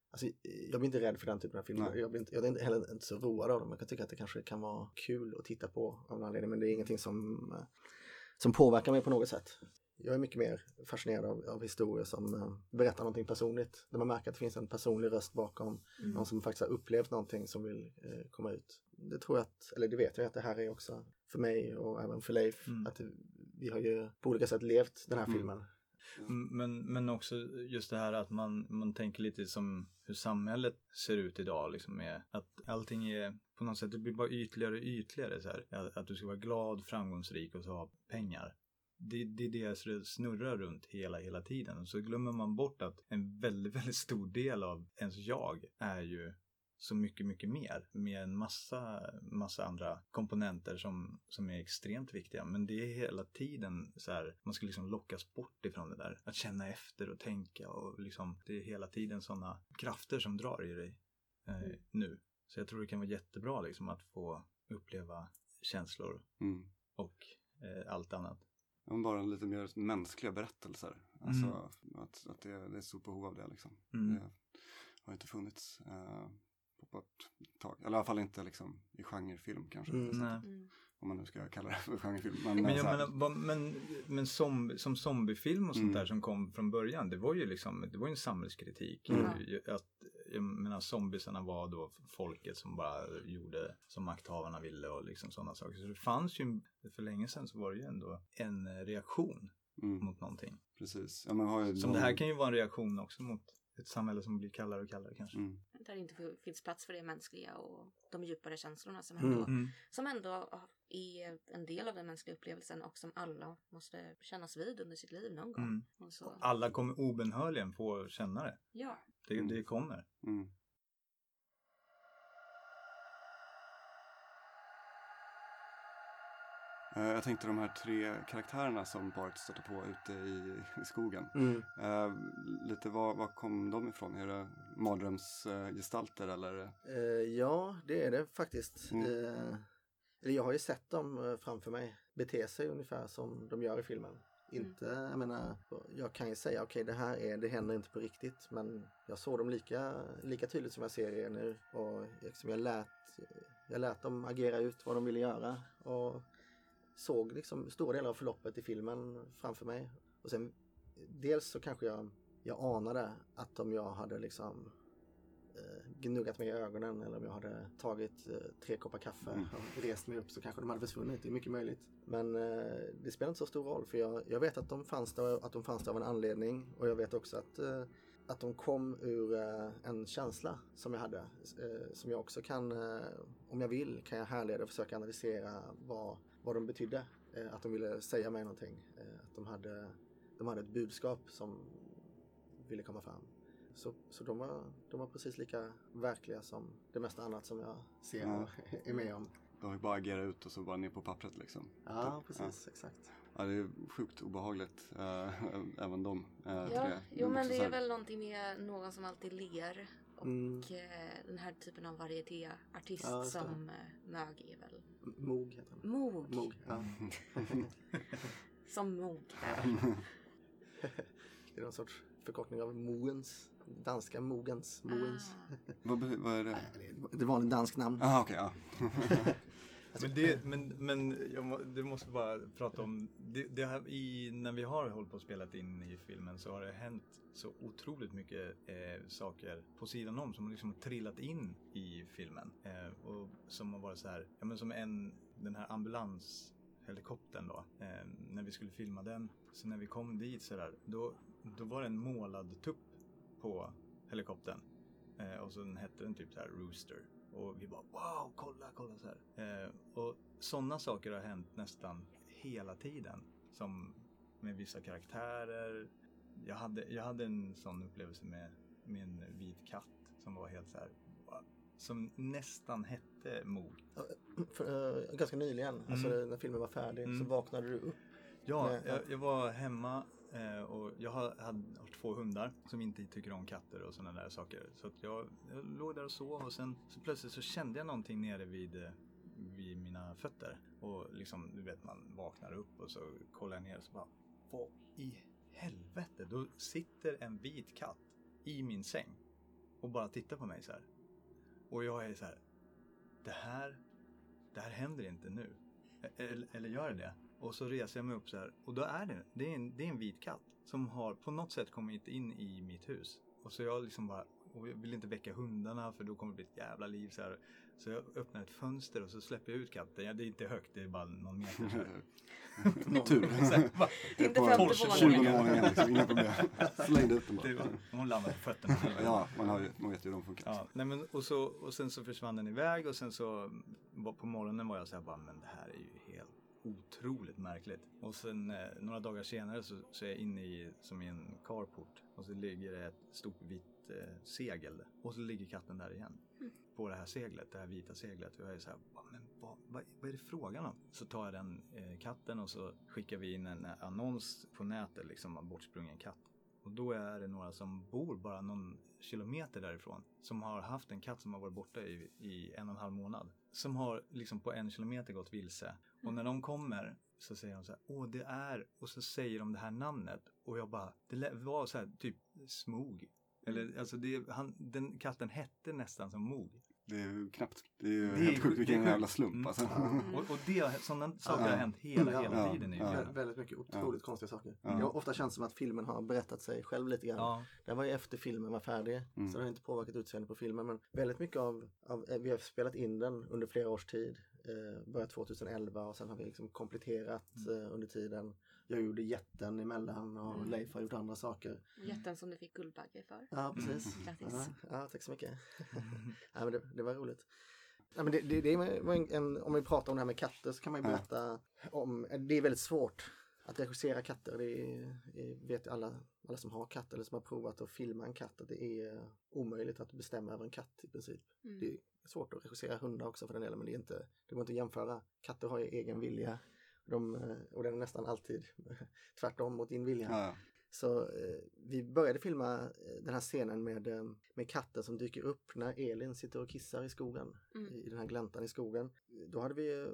inte rädd för den typen av filmer. Jag är heller inte så road av dem. Jag kan tycka att det kanske kan vara kul att titta på av någon anledning. Men det är ingenting som påverkar mig på något sätt. jag är mycket mer fascinerad av historier som berättar någonting personligt. Där man märker att det finns en personlig röst bakom. Någon som faktiskt har upplevt någonting som vill komma ut. Det tror jag eller det vet jag att det här är också för mig och även för Leif. Att vi har ju på olika sätt levt den här filmen. Men också just det här att man tänker lite som hur samhället ser ut idag liksom, med att allting är på något sätt, det blir bara ytligare och ytligare så här, att du ska vara glad, framgångsrik och så ha pengar. Det är det som snurrar runt hela tiden, och så glömmer man bort att en väldigt, väldigt stor del av ens jag är ju så mycket mer med en massa andra komponenter som är extremt viktiga, men det är hela tiden så här, man ska liksom lockas bort ifrån det där, att känna efter och tänka, och liksom det är hela tiden sådana krafter som drar i dig nu, så jag tror det kan vara jättebra liksom att få uppleva känslor och allt annat. Bara lite mer mänskliga berättelser, alltså att det är ett stort behov av det liksom. Det har inte funnits på ett tag. Eller i alla fall inte liksom i genrefilm kanske. Om man nu ska kalla det för genrefilm. Men som zombiefilm och sånt där som kom från början, det var ju en samhällskritik. Att, jag menar, zombiesarna var då folket som bara gjorde som makthavarna ville och liksom sådana saker. Så det fanns ju, för länge sedan så var det ju ändå en reaktion mot någonting. Precis. Ja, men som det här kan ju vara en reaktion också mot ett samhälle som blir kallare och kallare kanske. Där det inte finns plats för det mänskliga och de djupare känslorna som ändå är en del av den mänskliga upplevelsen och som alla måste kännas vid under sitt liv någon gång. Och så. Alla kommer obenhörligen få känna det. Ja. Det kommer. Jag tänkte de här 3 karaktärerna som paret stöter på ute i skogen. Lite var kom de ifrån? Är det mardrömsgestalter eller? Ja, det är det faktiskt. Jag har ju sett dem framför mig bete sig ungefär som de gör i filmen. Inte, jag menar, jag kan ju säga okej, det händer inte på riktigt, men jag såg dem lika tydligt som jag ser er nu, och liksom jag lät dem agera ut vad de ville göra och såg liksom stora delar av förloppet i filmen framför mig. Och sen dels så kanske jag anade att om jag hade liksom gnuggat mig i ögonen, eller om jag hade tagit 3 koppar kaffe och rest mig upp, så kanske de hade försvunnit. Det är mycket möjligt. Men det spelar inte så stor roll, för jag vet att de fanns där av en anledning, och jag vet också att de kom ur en känsla som jag hade, som jag också kan, om jag vill, kan jag härleda och försöka analysera vad de betydde. Att de ville säga mig någonting. Att de hade ett budskap som ville komma fram. Så de var precis lika verkliga som det mesta annat som jag ser och är med om. De har ju bara agerat ut och så bara ner på pappret liksom. Ja, precis, exakt. Ja, det är sjukt obehagligt, även de. Men det är väl någonting med någon som alltid ler. Och den här typen av varietéartist som Mög är väl... Moog heter han. Moog, ja. Som Moog. Det är någon sorts förkortning av Mogens. Danska Mogens. Vad är det? Det var en dansk namn. Okej. Men det måste bara prata om det här, när vi har hållit på och spelat in i filmen, så har det hänt så otroligt mycket saker på sidan om som liksom har trillat in i filmen, och som har varit så här, som den här ambulanshelikoptern då, när vi skulle filma den, så när vi kom dit så där, då var det en målad tupp på helikoptern, och så hette den typ så här Rooster. Och vi bara, wow, kolla så här. Och sådana saker har hänt nästan hela tiden. Som med vissa karaktärer. Jag hade en sån upplevelse med en vit katt som var helt så här, som nästan hette Moog. Ganska nyligen, alltså när filmen var färdig, så vaknade du upp. Ja, jag var hemma. Och jag har 2 hundar som inte tycker om katter och sådana där saker. Så att jag låg där och sov, och sen så plötsligt så kände jag någonting nere vid mina fötter. Och liksom, du vet, man vaknar upp och så kollar jag ner och så bara, vad i helvete? Då sitter en vit katt i min säng och bara tittar på mig så här. Och jag är så här, det här händer inte nu. Eller gör det? Och så reser jag mig upp så här. Och då är det är en vit katt som har på något sätt kommit in i mitt hus. Och så jag liksom bara, och jag vill inte väcka hundarna för då kommer det bli ett jävla liv så här. Så jag öppnar ett fönster och så släpper jag ut katten. Ja, det är inte högt, det är bara någon meter så här. Tur. Det är inte 50 våningen liksom, inga problem. Slängde ut den bara. Hon landar på fötterna. Ja, man vet ju hur de funkar. Ja, nej men, och sen så försvann den iväg och sen så på morgonen var jag så här bara, men det här är ju helt otroligt märkligt. Och sen några dagar senare så är jag inne i en carport och så ligger det ett stort vitt segel och så ligger katten där igen. På det här seglet, det här vita seglet. Och jag är så här, men vad är det frågan om? Så tar jag den katten och så skickar vi in en annons på nätet, liksom en bortsprungen katt. Och då är det några som bor bara någon kilometer därifrån som har haft en katt som har varit borta i 1,5 månad. Som har liksom på 1 kilometer gått vilse. Och när de kommer så säger de så här, det är, och så säger de det här namnet. Och jag bara, det var så här typ Smog. Eller alltså den katten hette nästan som Mog. Det är ju knappt. Det är ju helt sjukt vilken jävla slump. Alltså. Och sådana saker har hänt hela tiden. Väldigt mycket otroligt konstiga saker. Det har ofta känts som att filmen har berättat sig själv lite grann. Det var ju efter filmen var färdig. Så det har inte påverkat utseendet på filmen. Men väldigt mycket av vi har spelat in den under flera års tid. Börjat 2011 och sen har vi liksom kompletterat under tiden. Jag gjorde jätten emellan och Leif har gjort andra saker. Jätten som du fick Guldbagge för. Ja, precis. Grattis. Ja, tack så mycket. Ja, men det var roligt. Ja, men det var om vi pratar om det här med katter så kan man ju berätta om, det är väldigt svårt att regissera katter. Det vet alla som har katt eller som har provat att filma en katt, att det är omöjligt att bestämma över en katt i princip. Det är svårt att regissera hundar också för den delen, men det går inte att jämföra. Katter har ju egen vilja. Och den är nästan alltid tvärtom mot din vilja. Ja. Så vi började filma den här scenen med katten som dyker upp när Elin sitter och kissar i skogen. I den här gläntan i skogen. Då hade vi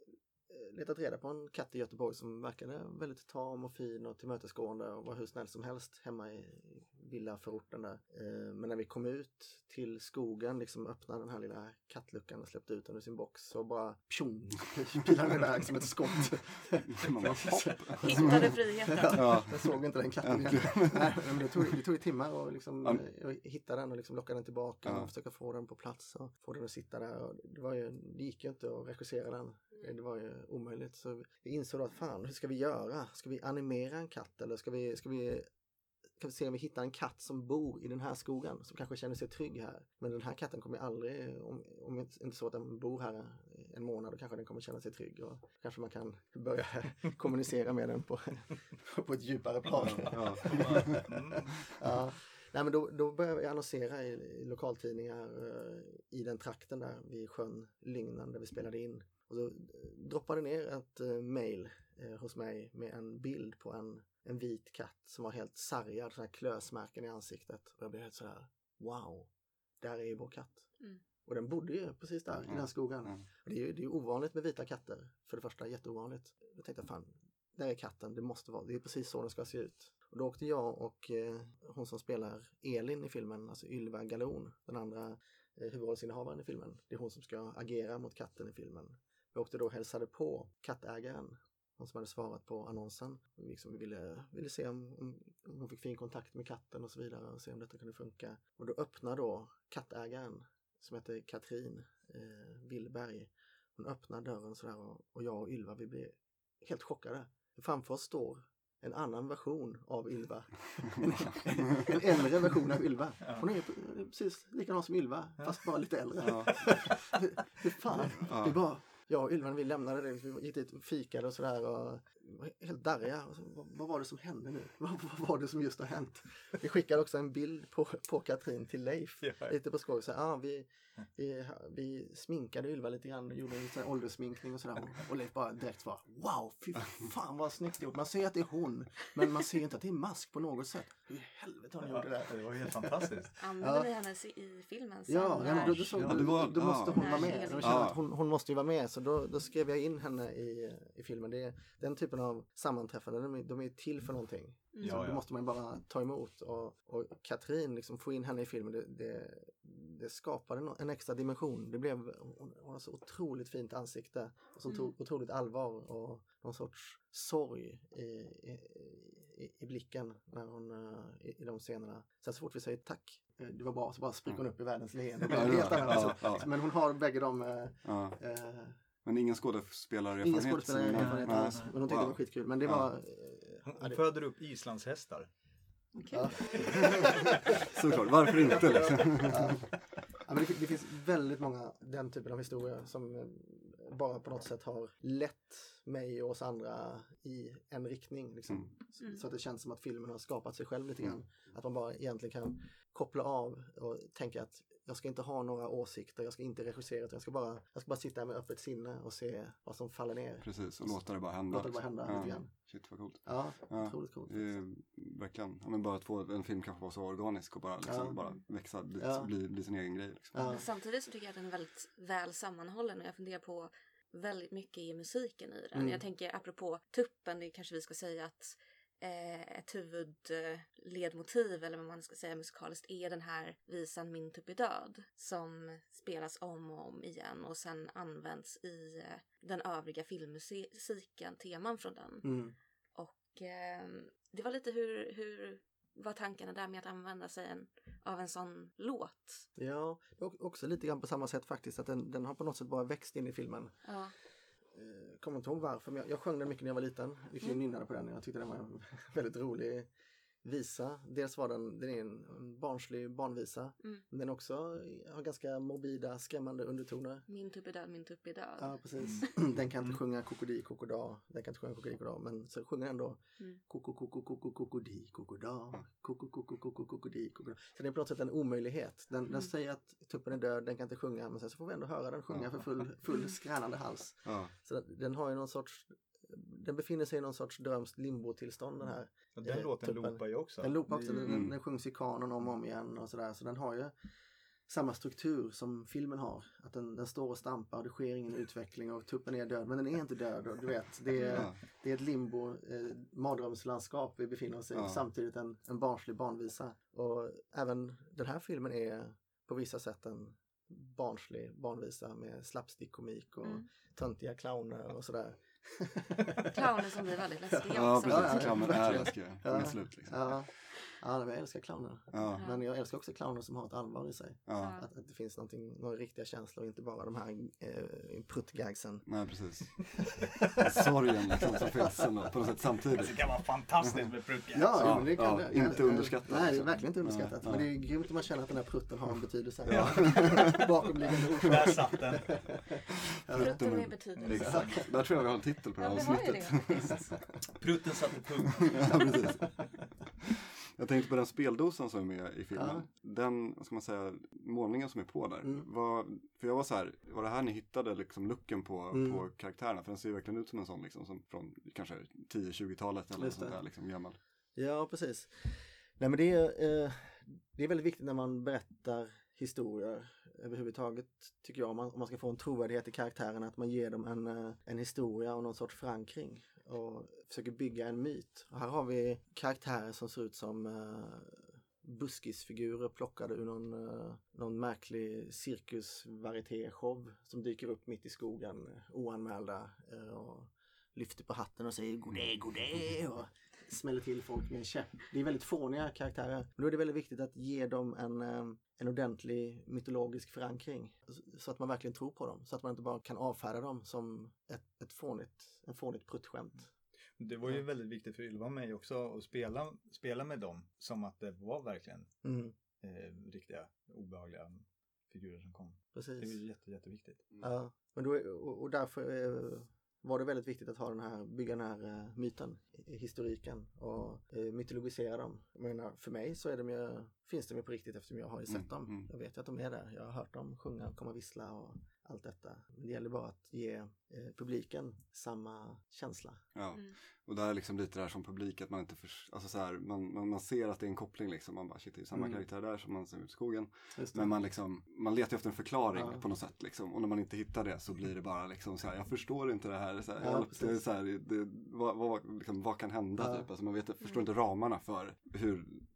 letat reda på en katt i Göteborg som verkade väldigt tam och fin och tillmötesgående och var hur snäll som helst hemma i villaförorten där. Men när vi kom ut till skogen, liksom öppnade den här lilla kattluckan och släppte ut den ur sin box så bara pjong, pilade den iväg som ett skott. Hittade friheten. Jag såg inte den katten igen. Nej, men det tog timmar och liksom hitta den och liksom locka den tillbaka och försöka få den på plats och få den att sitta där. Och det gick ju inte att regissera den. Det var ju omöjligt. Så vi insåg att hur ska vi göra? Ska vi animera en katt eller ska vi kan vi se om vi hittar en katt som bor i den här skogen som kanske känner sig trygg här. Men den här katten kommer aldrig, om inte så att den bor här en månad, då kanske den kommer känna sig trygg och kanske man kan börja kommunicera med den på ett djupare plan. Ja. Nej, men då började vi annonsera i lokaltidningar i den trakten där vid sjön Lygnan där vi spelade in. Och då droppade ner ett mejl hos mig med en bild på en vit katt som var helt sargad, sådana här klösmärken i ansiktet. Och jag blev helt så här, wow, där är ju vår katt. Och den bodde ju precis där i den skogen. Och det är ju ovanligt med vita katter. För det första, jätteovanligt. Jag tänkte, där är katten, det är precis så den ska se ut. Och då åkte jag och hon som spelar Elin i filmen, alltså Ylva Galon, den andra huvudrollsinnehavaren i filmen. Det är hon som ska agera mot katten i filmen. Vi åkte då och hälsade på kattägaren, hon som hade svarat på annonsen. Vi ville se om hon fick fin kontakt med katten och så vidare och se om detta kunde funka. Och då öppnar då kattägaren, som heter Katrin Willberg. Hon öppnar dörren sådär och jag och Ylva, vi blev helt chockade. Framför oss står en annan version av Ylva. En äldre version av Ylva. Hon är precis likadan som Ylva, fast bara lite äldre. Hur fan? Det var jag och Ylva, vi lämnade det, vi gick dit och fikade och sådär och var helt darriga. Och så, vad var det som hände nu? Vad var det som just har hänt? Vi skickade också en bild på Katrin till Leif. Lite på skoj. Så, vi sminkade Ylva lite grann och gjorde en sån ålderssminkning och sådär. Och Leif bara direkt var, wow, fy fan vad snyggt gjort. Man ser att det är hon, men man ser inte att det är mask på något sätt. Hur i helvete hon gjorde det? Det var helt fantastiskt. Använde ni henne i filmen sen? Då måste hon vara med. Jag kände att hon måste ju vara med. Så då skrev jag in henne i filmen. Det är den typen av sammanträffanden, de är till för någonting. Då måste man bara ta emot. Och Katrin, liksom, få in henne i filmen, det skapade en extra dimension. Det blev hon så otroligt fint ansikte och som tog otroligt allvar och någon sorts sorg i blicken när hon i de scenerna. Sen så fort vi säger tack, det var bra, så bara spricker hon upp i världens leende. Men hon har bägge de... Men ingen skådespelarerfarenhet alls. Men hon tyckte det var skitkul. Men det var... Hon föder upp islandshästar. Okay. Såklart, varför inte liksom? Ja, men det finns väldigt många den typen av historier som bara på något sätt har lett mig och oss andra i en riktning. Liksom. Så att det känns som att filmen har skapat sig själv lite grann. Att man bara egentligen kan koppla av och tänka att jag ska inte ha några åsikter, jag ska inte regissera, utan jag ska bara sitta här med öppet sinne och se vad som faller ner. Precis, och låta det bara hända. Lite grann. Shit, vad coolt. Ja, otroligt coolt. Verkligen. Men bara att få en film kanske vara så organisk och bara, liksom, bara växa, bli sin egen grej. Liksom. Men samtidigt så tycker jag att den är väldigt väl sammanhållen och jag funderar på väldigt mycket i musiken i den. Jag tänker apropå tuppen, det kanske vi ska säga att ett huvudledmotiv eller vad man ska säga musikaliskt är den här visan Min tupp är död som spelas om och om igen och sen används i den övriga filmmusiken, teman från den. Och det var lite hur var tankarna där med att använda sig av en sån låt? Ja, och också lite grann på samma sätt faktiskt att den har på något sätt bara växt in i filmen. Ja. Kommer inte ihåg varför, men jag sjöng den mycket när jag var liten. Vi nynnade på den. Jag tyckte den var en väldigt rolig visa. Dels var den är en barnslig barnvisa. Men den också har ganska morbida, skrämmande undertoner. Min tupp är död, min tupp är död. Ja, precis. Den kan inte sjunga kokodi, kokoda. Den kan inte sjunga kokodi, kokoda. Men så sjunger den ändå kokodi, kokoda. Kokodi, kokoda. Så det är på något sätt en omöjlighet. Den säger att tuppen är död, den kan inte sjunga. Men sen så får vi ändå höra den sjunga för full skränande hals. Så den har ju någon sorts... Den befinner sig i någon sorts drömskt limbo-tillstånd den här. Och den låten loopar ju också. Den loopar också, den sjungs i kanon om och om igen och sådär. Så den har ju samma struktur som filmen har. Att den står och stampar och det sker ingen utveckling och tuppen är död. Men den är inte död och du vet, det är ett limbo, mardrömslandskap vi befinner oss i. Samtidigt en barnslig barnvisa. Och även den här filmen är på vissa sätt en barnslig barnvisa med slapstick-komik och töntiga clowner och sådär. Clowner som blir väldigt läskiga också. Ja, precis. Clowner är läskiga. Slut, liksom. Ja, jag älskar clowner. Men jag älskar också clowner som har ett allvar i sig. Att det finns några riktiga känslor, inte bara de här pruttgagsen. Nej, precis. Sorgen liksom som finns på något sätt samtidigt. Det kan vara fantastiskt med pruttgags. Ja, det kan det. Inte underskattat. Nej, det är verkligen inte underskattat. Men det är grymt om man känner att den här prutten har en betydelse. Bakomliggande orsak. Där satt den. Prutten med betydelse. Exakt. Där tror jag vi har en titel på det här avsnittet. Prutten satte punkt. Ja, precis. Jag tänkte på den speldosan som är med i filmen. Den, vad ska man säga, målningen som är på där. För jag var så här, var det här ni hittade liksom looken på karaktärerna? För den ser ju verkligen ut som en sån liksom, som från kanske 10-20-talet eller sånt där liksom gammal. Ja, precis. Nej, men det är väldigt viktigt när man berättar historier överhuvudtaget, tycker jag, om man ska få en trovärdighet i karaktärerna, att man ger dem en historia och någon sorts förankring och försöker bygga en myt. Och här har vi karaktärer som ser ut som buskisfigurer plockade ur någon märklig cirkusvarieté-show som dyker upp mitt i skogen oanmälda och lyfter på hatten och säger godé och smäller till folk med en käpp. Det är väldigt fåniga karaktärer. Men då är det väldigt viktigt att ge dem en ordentlig mytologisk förankring så att man verkligen tror på dem. Så att man inte bara kan avfärda dem som en fånigt pruttskämt. Det var ju väldigt viktigt för Ylva och mig också att spela med dem som att det var verkligen riktiga obehagliga figurer som kom. Precis. Det är jätteviktigt. Ja, men då, och därför var det väldigt viktigt att bygga den här myten, historiken och mytologisera dem. Jag menar, för mig så finns de ju på riktigt eftersom jag har ju sett dem. Jag vet att de är där. Jag har hört dem sjunga, komma vissla och allt detta. Men det gäller bara att ge publiken samma känsla. Ja, och där är liksom lite där som publik att man inte alltså så här, man ser att det är en koppling liksom. Man bara, shit, det är samma karaktär där som man ser ut i skogen. Men man letar efter en förklaring på något sätt liksom. Och när man inte hittar det så blir det bara liksom så här, jag förstår inte det här. Så här, vad kan hända typ. Alltså man förstår inte ramarna för hur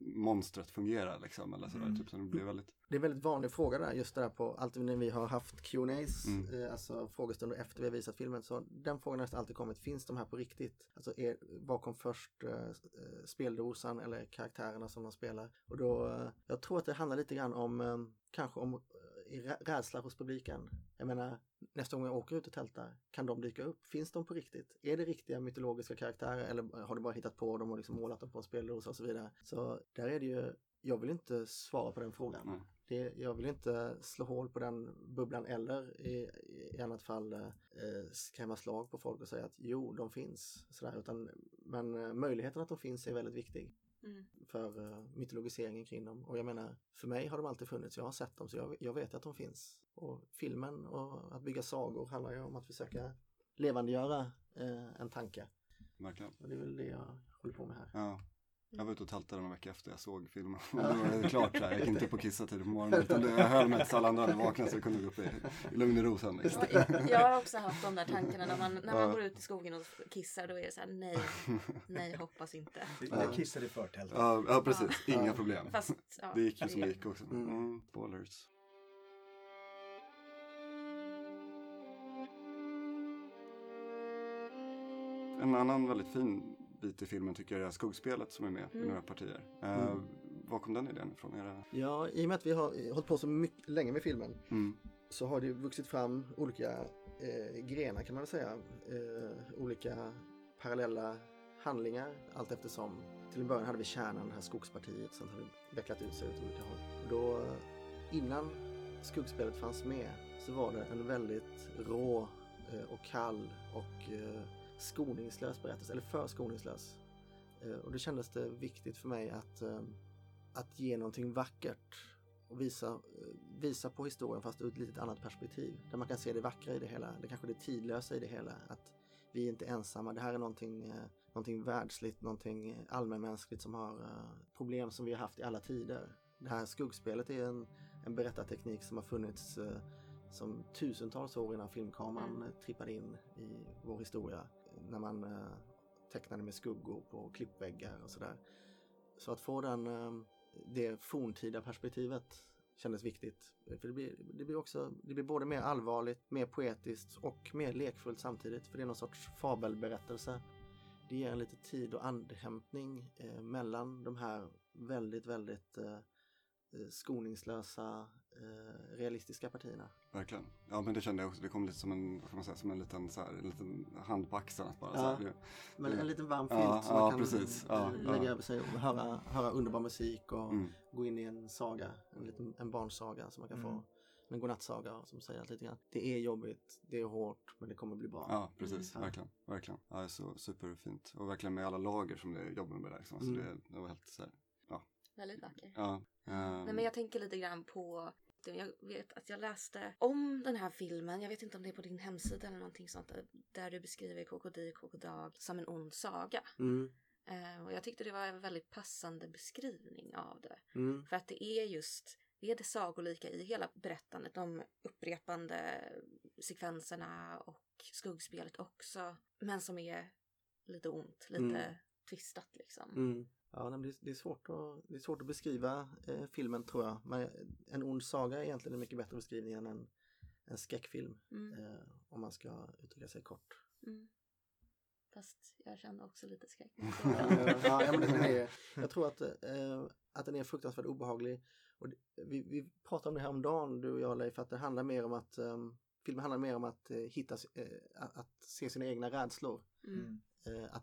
monstret fungerar liksom, eller sådär, typ, så det blir väldigt... Det är en väldigt vanlig fråga där, just det där på alltid när vi har haft Q&As, alltså frågestunder efter vi har visat filmen, så den frågan har nästan alltid kommit, finns de här på riktigt? Alltså vad kom först, speldosan eller karaktärerna som de spelar? Och då, jag tror att det handlar lite grann om, kanske om rädsla hos publiken. Jag menar, nästa gång jag åker ut och tältar, kan de dyka upp? Finns de på riktigt? Är det riktiga mytologiska karaktärer, eller har du bara hittat på dem och liksom målat dem på en speldosa och så vidare? Så där är det ju, jag vill inte svara på den frågan. Jag vill inte slå hål på den bubblan eller i annat fall skrämma slag på folk och säga att jo, de finns. Sådär, men möjligheten att de finns är väldigt viktig för mytologiseringen kring dem. Och jag menar, för mig har de alltid funnits. Jag har sett dem, så jag vet att de finns. Och filmen och att bygga sagor handlar ju om att försöka levandegöra en tanke. Verkligen. Och det är väl det jag håller på med här. Ja. Jag var ute och tältade en vecka efter jag såg filmen. Och då var det klart så här. Jag gick inte upp och kissa tid på morgonen. Utan jag höll mig tills alla andra vaknade så jag kunde gå upp i lugn och ro sen. Liksom. Jag har också haft de där tankarna när man går ut i skogen och kissar. Då är det så här, nej, hoppas inte. Jag kissade i förtältet. Ja, precis. Inga problem. Fast, det gick ju som det gick också. Spoilers. En annan väldigt fin bit i filmen tycker jag är skuggspelet som är med i några partier. Var kom den idén ifrån? Ja, i och med att vi har hållit på så mycket länge med filmen så har det vuxit fram olika grenar kan man väl säga. Olika parallella handlingar allt eftersom. Till en början hade vi kärnan, det här skogspartiet, sen har det vecklat ut sig åt olika håll. Då, innan skuggspelet fanns med så var det en väldigt rå och kall och skoningslös berättelse, eller för skoningslös. Och det kändes det viktigt för mig att ge någonting vackert och visa på historien fast ur ett lite annat perspektiv. Där man kan se det vackra i det hela, det kanske det tidlösa i det hela. Att vi är inte ensamma, det här är någonting världsligt, någonting allmänmänskligt som har problem som vi har haft i alla tider. Det här skuggspelet är en berättarteknik som har funnits som tusentals år innan filmkameran trippade in i vår historia. När man tecknade med skuggor på klippväggar och sådär. Så att få det forntida perspektivet kändes viktigt. För det blir både mer allvarligt, mer poetiskt och mer lekfullt samtidigt. För det är någon sorts fabelberättelse. Det ger en lite tid och andhämtning mellan de här väldigt, väldigt skoningslösa realistiska partierna. Verkligen. Ja, men det kände jag också. Det kom lite som en liten hand på axeln. Bara, så här. Men en liten varm filt som man kan lägga över sig och höra underbar musik och gå in i en saga, en barnsaga som man kan få. En godnattsaga som säger lite grann. Det är jobbigt, det är hårt, men det kommer bli bra. Ja, precis. Verkligen. Ja, det är så superfint. Och verkligen med alla lager som det jobbar med där. Liksom. Så det var helt så här, väldigt vacker. Ja. Nej, men jag tänker lite grann på, jag vet att jag läste om den här filmen, jag vet inte om det är på din hemsida eller någonting sånt, där du beskriver Krokodag som en ond saga. Och jag tyckte det var en väldigt passande beskrivning av det. För att det är det sagolika i hela berättandet, de upprepande sekvenserna och skuggspelet också, men som är lite ont, lite twistat liksom. Ja, det är svårt att beskriva filmen tror jag. Men en ond saga är egentligen en mycket bättre beskrivning än en skräckfilm. Om man ska uttrycka sig kort. Fast jag kände också lite skräck. Jag tror att den är fruktansvärt obehaglig. Och vi pratade om det här om dagen, du och jag, Leif, att det handlar mer om att filmen handlar mer om att att se sina egna rädslor. Att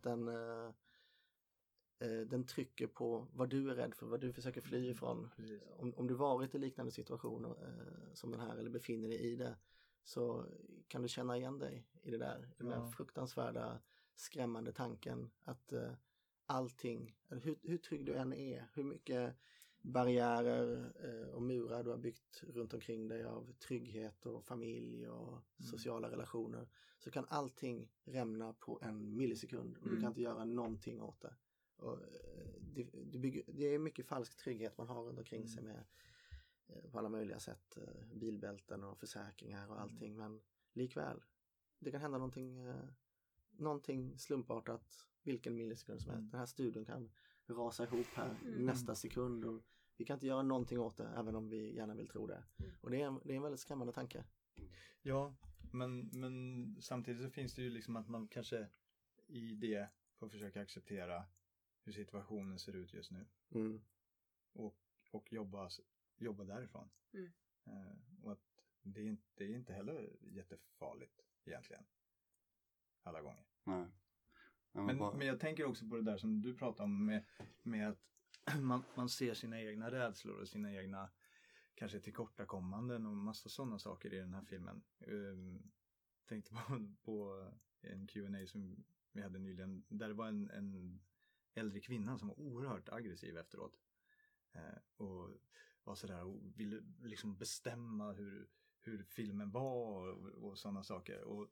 den trycker på vad du är rädd för, vad du försöker fly ifrån. Om du varit i liknande situationer som den här eller befinner dig i det, så kan du känna igen dig i det där. Den där fruktansvärda, skrämmande tanken att allting, hur trygg du än är, hur mycket barriärer och murar du har byggt runt omkring dig av trygghet och familj och sociala relationer, så kan allting rämna på en millisekund och du kan inte göra någonting åt det. Och det är mycket falsk trygghet man har runt omkring sig med på alla möjliga sätt, bilbälten och försäkringar och allting, men likväl det kan hända någonting slumpartat vilken millisekund som helst. Den här studion kan rasa ihop här nästa sekund och vi kan inte göra någonting åt det även om vi gärna vill tro det. Och det är en väldigt skrämmande tanke. Ja, men samtidigt så finns det ju liksom att man kanske i det får försöka acceptera hur situationen ser ut just nu. Och jobba därifrån. Och att det är inte heller jättefarligt egentligen. Alla gånger. Nej. Men jag tänker också på det där som du pratar om med att man ser sina egna rädslor och sina egna kanske tillkortakommanden och massa sådana saker i den här filmen. Tänkte på en Q&A som vi hade nyligen där det var en äldre kvinna som var oerhört aggressiv efteråt. Och var sådär och ville liksom bestämma hur filmen var och sådana saker. Och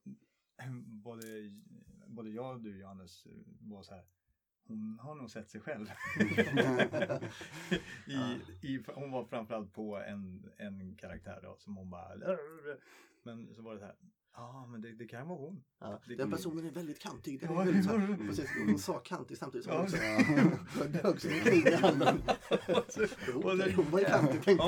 både jag och du, Johannes, var så här. Hon har nog sett sig själv. Hon var framförallt på en karaktär då, som hon bara... Men så var det så här... Ja, men det kan vara hon. Ja, den personen är väldigt kantig. Det är väldigt så här, precis, hon sa kantig samtidigt som hon också högg sin kniv i handen. Hon var ju kantig, tänkte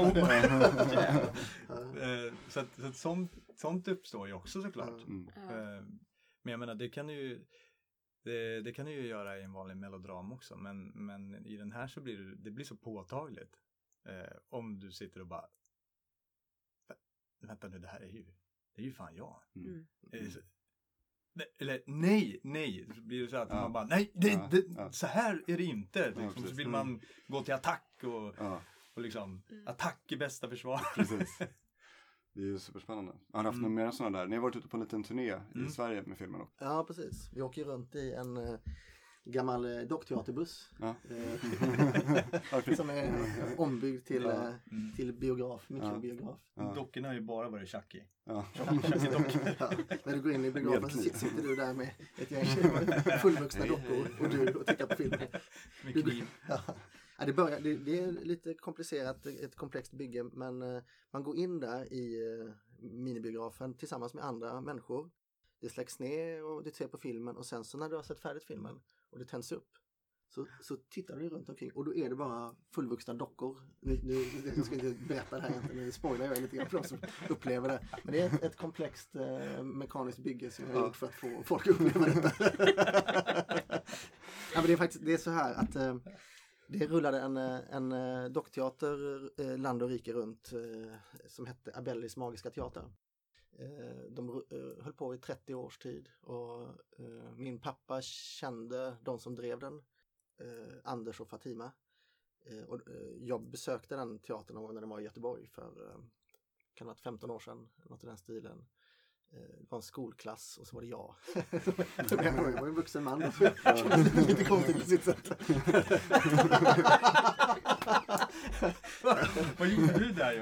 jag. Så sånt uppstår ju också såklart. Men jag menar, det kan du ju göra i en vanlig melodram också. Men i den här så blir det blir så påtagligt. Om du sitter och bara... Vänta nu, det är ju fan jag. Eller nej. Så blir det så att man bara, nej, så här är det inte. Liksom, så vill man gå till attack och liksom, attack i bästa försvar. Precis. Det är ju superspännande. Har ni haft några mer sådana där? Ni har varit ute på en liten turné i Sverige med filmen också. Ja, precis. Vi åker runt i en gammal dockteaterbuss som är ombyggd till biograf, mikrobiograf. Dockorna har ju bara varit Chucky. När du går in i biografen så sitter du där med ett gäng fullvuxna dockor och du och tittar på filmen. Med kniv. Ja, det är lite komplicerat, ett komplext bygge, men man går in där i minibiografen tillsammans med andra människor. Det släcks ner och du ser på filmen och sen så när du har sett färdigt filmen och det tänds upp så tittar du runt omkring och då är det bara fullvuxna dockor. Jag ska inte berätta det här egentligen, nu spoilar jag lite grann för de som upplever det. Men det är ett komplext mekaniskt bygge som jag har gjort för att få folk att uppleva detta. Ja, men det är så här att det rullade en dockteater land och rike runt som hette Abellis Magiska Teater. De höll på i 30 års tid och min pappa kände de som drev den, Anders och Fatima. Och jag besökte den teatern någon gång när den var i Göteborg för kan det ha varit 15 år sedan, något i den stilen. Det var en skolklass och så var det jag. Jag var en vuxen man. Lite konstigt på sitt sätt. Vad gjorde du där?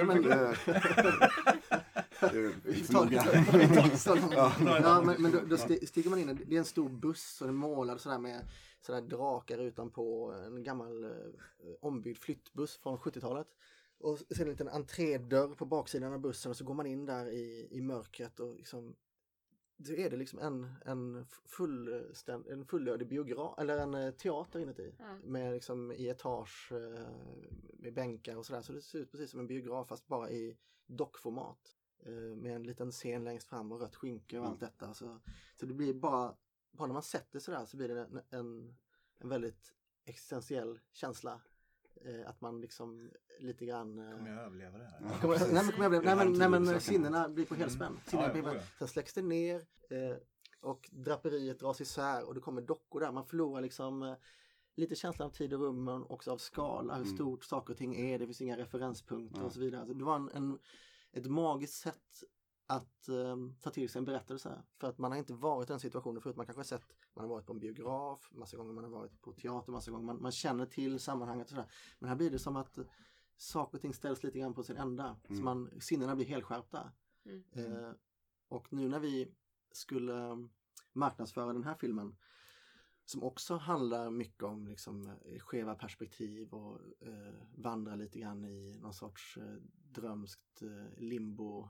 Men då stiger man in. Det är en stor buss och den är målad sådär med sådär drakar utanpå, en gammal ombyggd flyttbuss från 70-talet. Och sen en liten entrédörr på baksidan av bussen och så går man in där i mörkret och liksom, då är det liksom en fullödig biograf eller en teater inuti med liksom i etage med bänkar och sådär, så det ser ut precis som en biograf fast bara i dockformat med en liten scen längst fram och rött skynke och allt detta, så det blir bara när man sätter sådär så blir det en väldigt existentiell känsla. Att man liksom lite grann... Kommer jag överleva det här? Nej men sinnena blir på helspänn. Sen släcks det ner och draperiet dras isär och det kommer dockor där. Man förlorar liksom lite känslan av tid och rum men också av skala. Hur stort saker och ting är. Det finns inga referenspunkter och så vidare. Alltså, det var ett magiskt sätt att ta till sig en berättelse. För att man har inte varit i den situationen förut. Man kanske har sett, man har varit på en biograf massa gånger, man har varit på teater massa gånger. Man känner till sammanhanget och sådär. Men här blir det som att saker och ting ställs lite grann på sin ända. Så sinnena blir helt skärpta. Och nu när vi skulle marknadsföra den här filmen som också handlar mycket om liksom skeva perspektiv och vandra lite grann i någon sorts drömskt limbo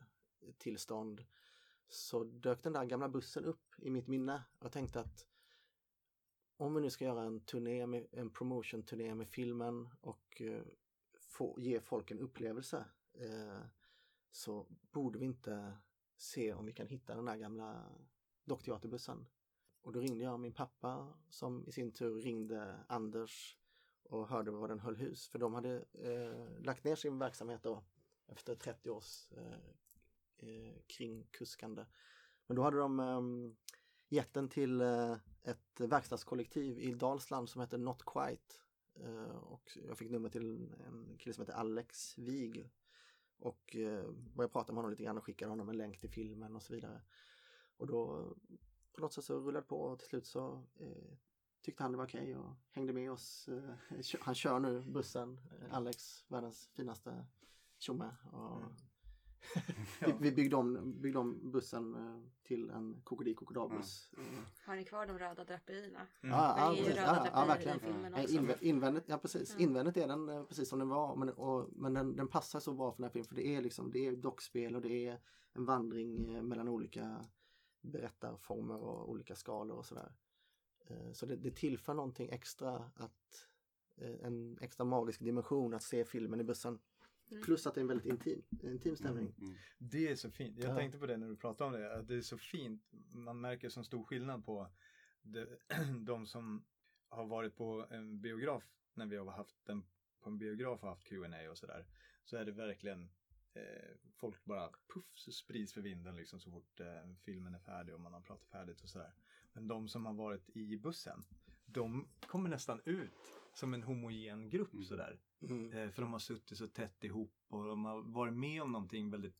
tillstånd, så dök den där gamla bussen upp i mitt minne och jag tänkte att om vi nu ska göra en promotion-turné med filmen och ge folk en upplevelse, så borde vi inte se om vi kan hitta den där gamla dockteaterbussen. Och då ringde jag min pappa, som i sin tur ringde Anders och hörde vad den höll hus. För de hade lagt ner sin verksamhet då efter 30 års kringkuskande. Men då hade de gett den till ett verkstadskollektiv i Dalsland som heter Not Quite. Och jag fick nummer till en kille som heter Alex Wig. Och började prata med honom lite grann och skickade honom en länk till filmen och så vidare. Och då på något sätt så rullade på och till slut så tyckte han det var okej och hängde med oss. Han kör nu bussen, Alex, världens finaste tjomme. Och vi byggde om bussen till en krokodilbuss. Har ni kvar de röda draperierna? Ja, verkligen. Invändigt, precis. Invändigt är den precis som den var, men den passar så bra för den här filmen, för det är dockspel och det är en vandring mellan olika berättarformer och olika skalor och sådär. Så det tillför någonting extra, en extra magisk dimension att se filmen i bussen. Plus att det är en väldigt intim stämning. Det är så fint. Jag tänkte på det när du pratade om det. Att det är så fint. Man märker så stor skillnad på de som har varit på en biograf. När vi har haft den på en biograf och haft Q&A och sådär. Så är det verkligen folk bara så sprids för vinden liksom, så fort filmen är färdig och man har pratat färdigt och sådär. Men de som har varit i bussen, de kommer nästan ut som en homogen grupp sådär. För de har suttit så tätt ihop och de har varit med om någonting väldigt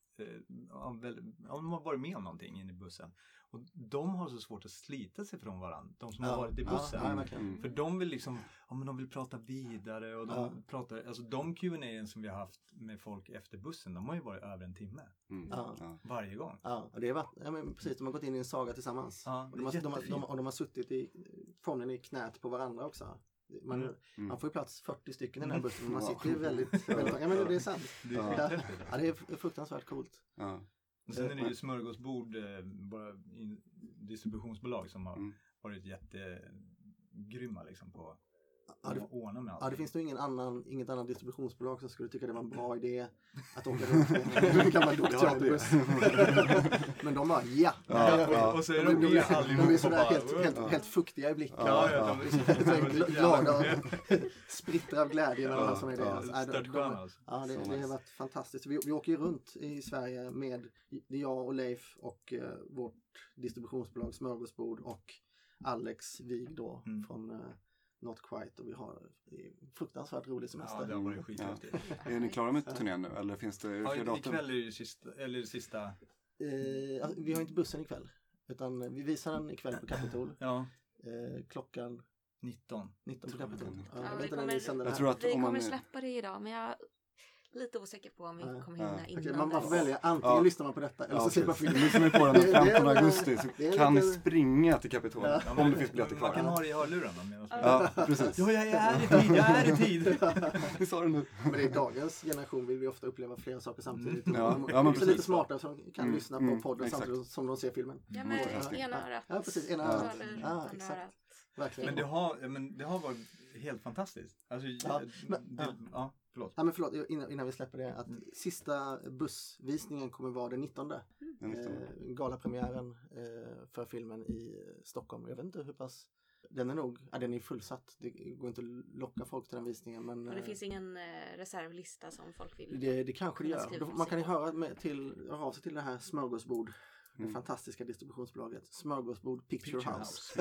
de har varit med om någonting inne i bussen. Och de har så svårt att slita sig från varandra. De som har varit i bussen. För de vill liksom, men de vill prata vidare och de pratar, alltså de Q&A som vi har haft med folk efter bussen, de har ju varit över en timme. Varje gång. Ja, det har varit, precis, de har gått in i en saga tillsammans. Och de har suttit från i knät på varandra också. Man får ju plats 40 stycken i den här bussen, men man sitter ju väldigt men det är sant. Det är fruktansvärt coolt. Sen är det ju Smörgåsbord, bara distributionsbolag som har varit jättegrymma liksom på att ordna med allt. Ja, det finns nog inget annat distributionsbolag som skulle tycka det var en bra idé att åka runt med en gammal dockteaterbuss. Men de bara, och så är de är sådär helt fuktiga i blicken. De är glada och spritter av glädje när de som är deras. Det har varit fantastiskt. Vi åker ju runt i Sverige med jag och Leif och vårt distributionsbolag Smörgåsbord och Alex Wig då från Not Quite, och vi har fruktansvärt rolig semester. Ja, det har varit skithäftigt. Är ni klara med turnén nu? Eller finns det fler datum? Ikväll är det sista. Vi har inte bussen ikväll, utan vi visar den ikväll på Capitol. Klockan 19 på Capitol. Jag tror att vi kommer släppa det idag, men jag lite osäker på om vi kommer hinna innan. Man får välja, antingen lyssnar man på detta eller så ser man filmen. Lyssnar ni på den 15 augusti så kan ni springa till Capitol om det finns biljetter kvar. Man kan ha det i hörluren då. Ja, precis. Jag är i tid. Vi sa det nu. Men det är dagens generation vill vi ofta uppleva flera saker samtidigt. De är också lite smarta som kan lyssna på podden samtidigt som de ser filmen. Ja, men ena örat. Ja, precis. Ena örat. Ja, exakt. Men det har varit helt fantastiskt. Alltså, förlåt. Ja, men förlåt, innan vi släpper det, att sista bussvisningen kommer vara den 19. Galapremiären för filmen i Stockholm. Jag vet inte hur pass. Den är fullsatt. Det går inte att locka folk till den visningen. Men, och det finns ingen reservlista som folk vill. Det kanske det gör. Man kan ju höra av sig till det här Smörgåsbord. Det fantastiska distributionsbolaget. Smörgåsbord Picture House.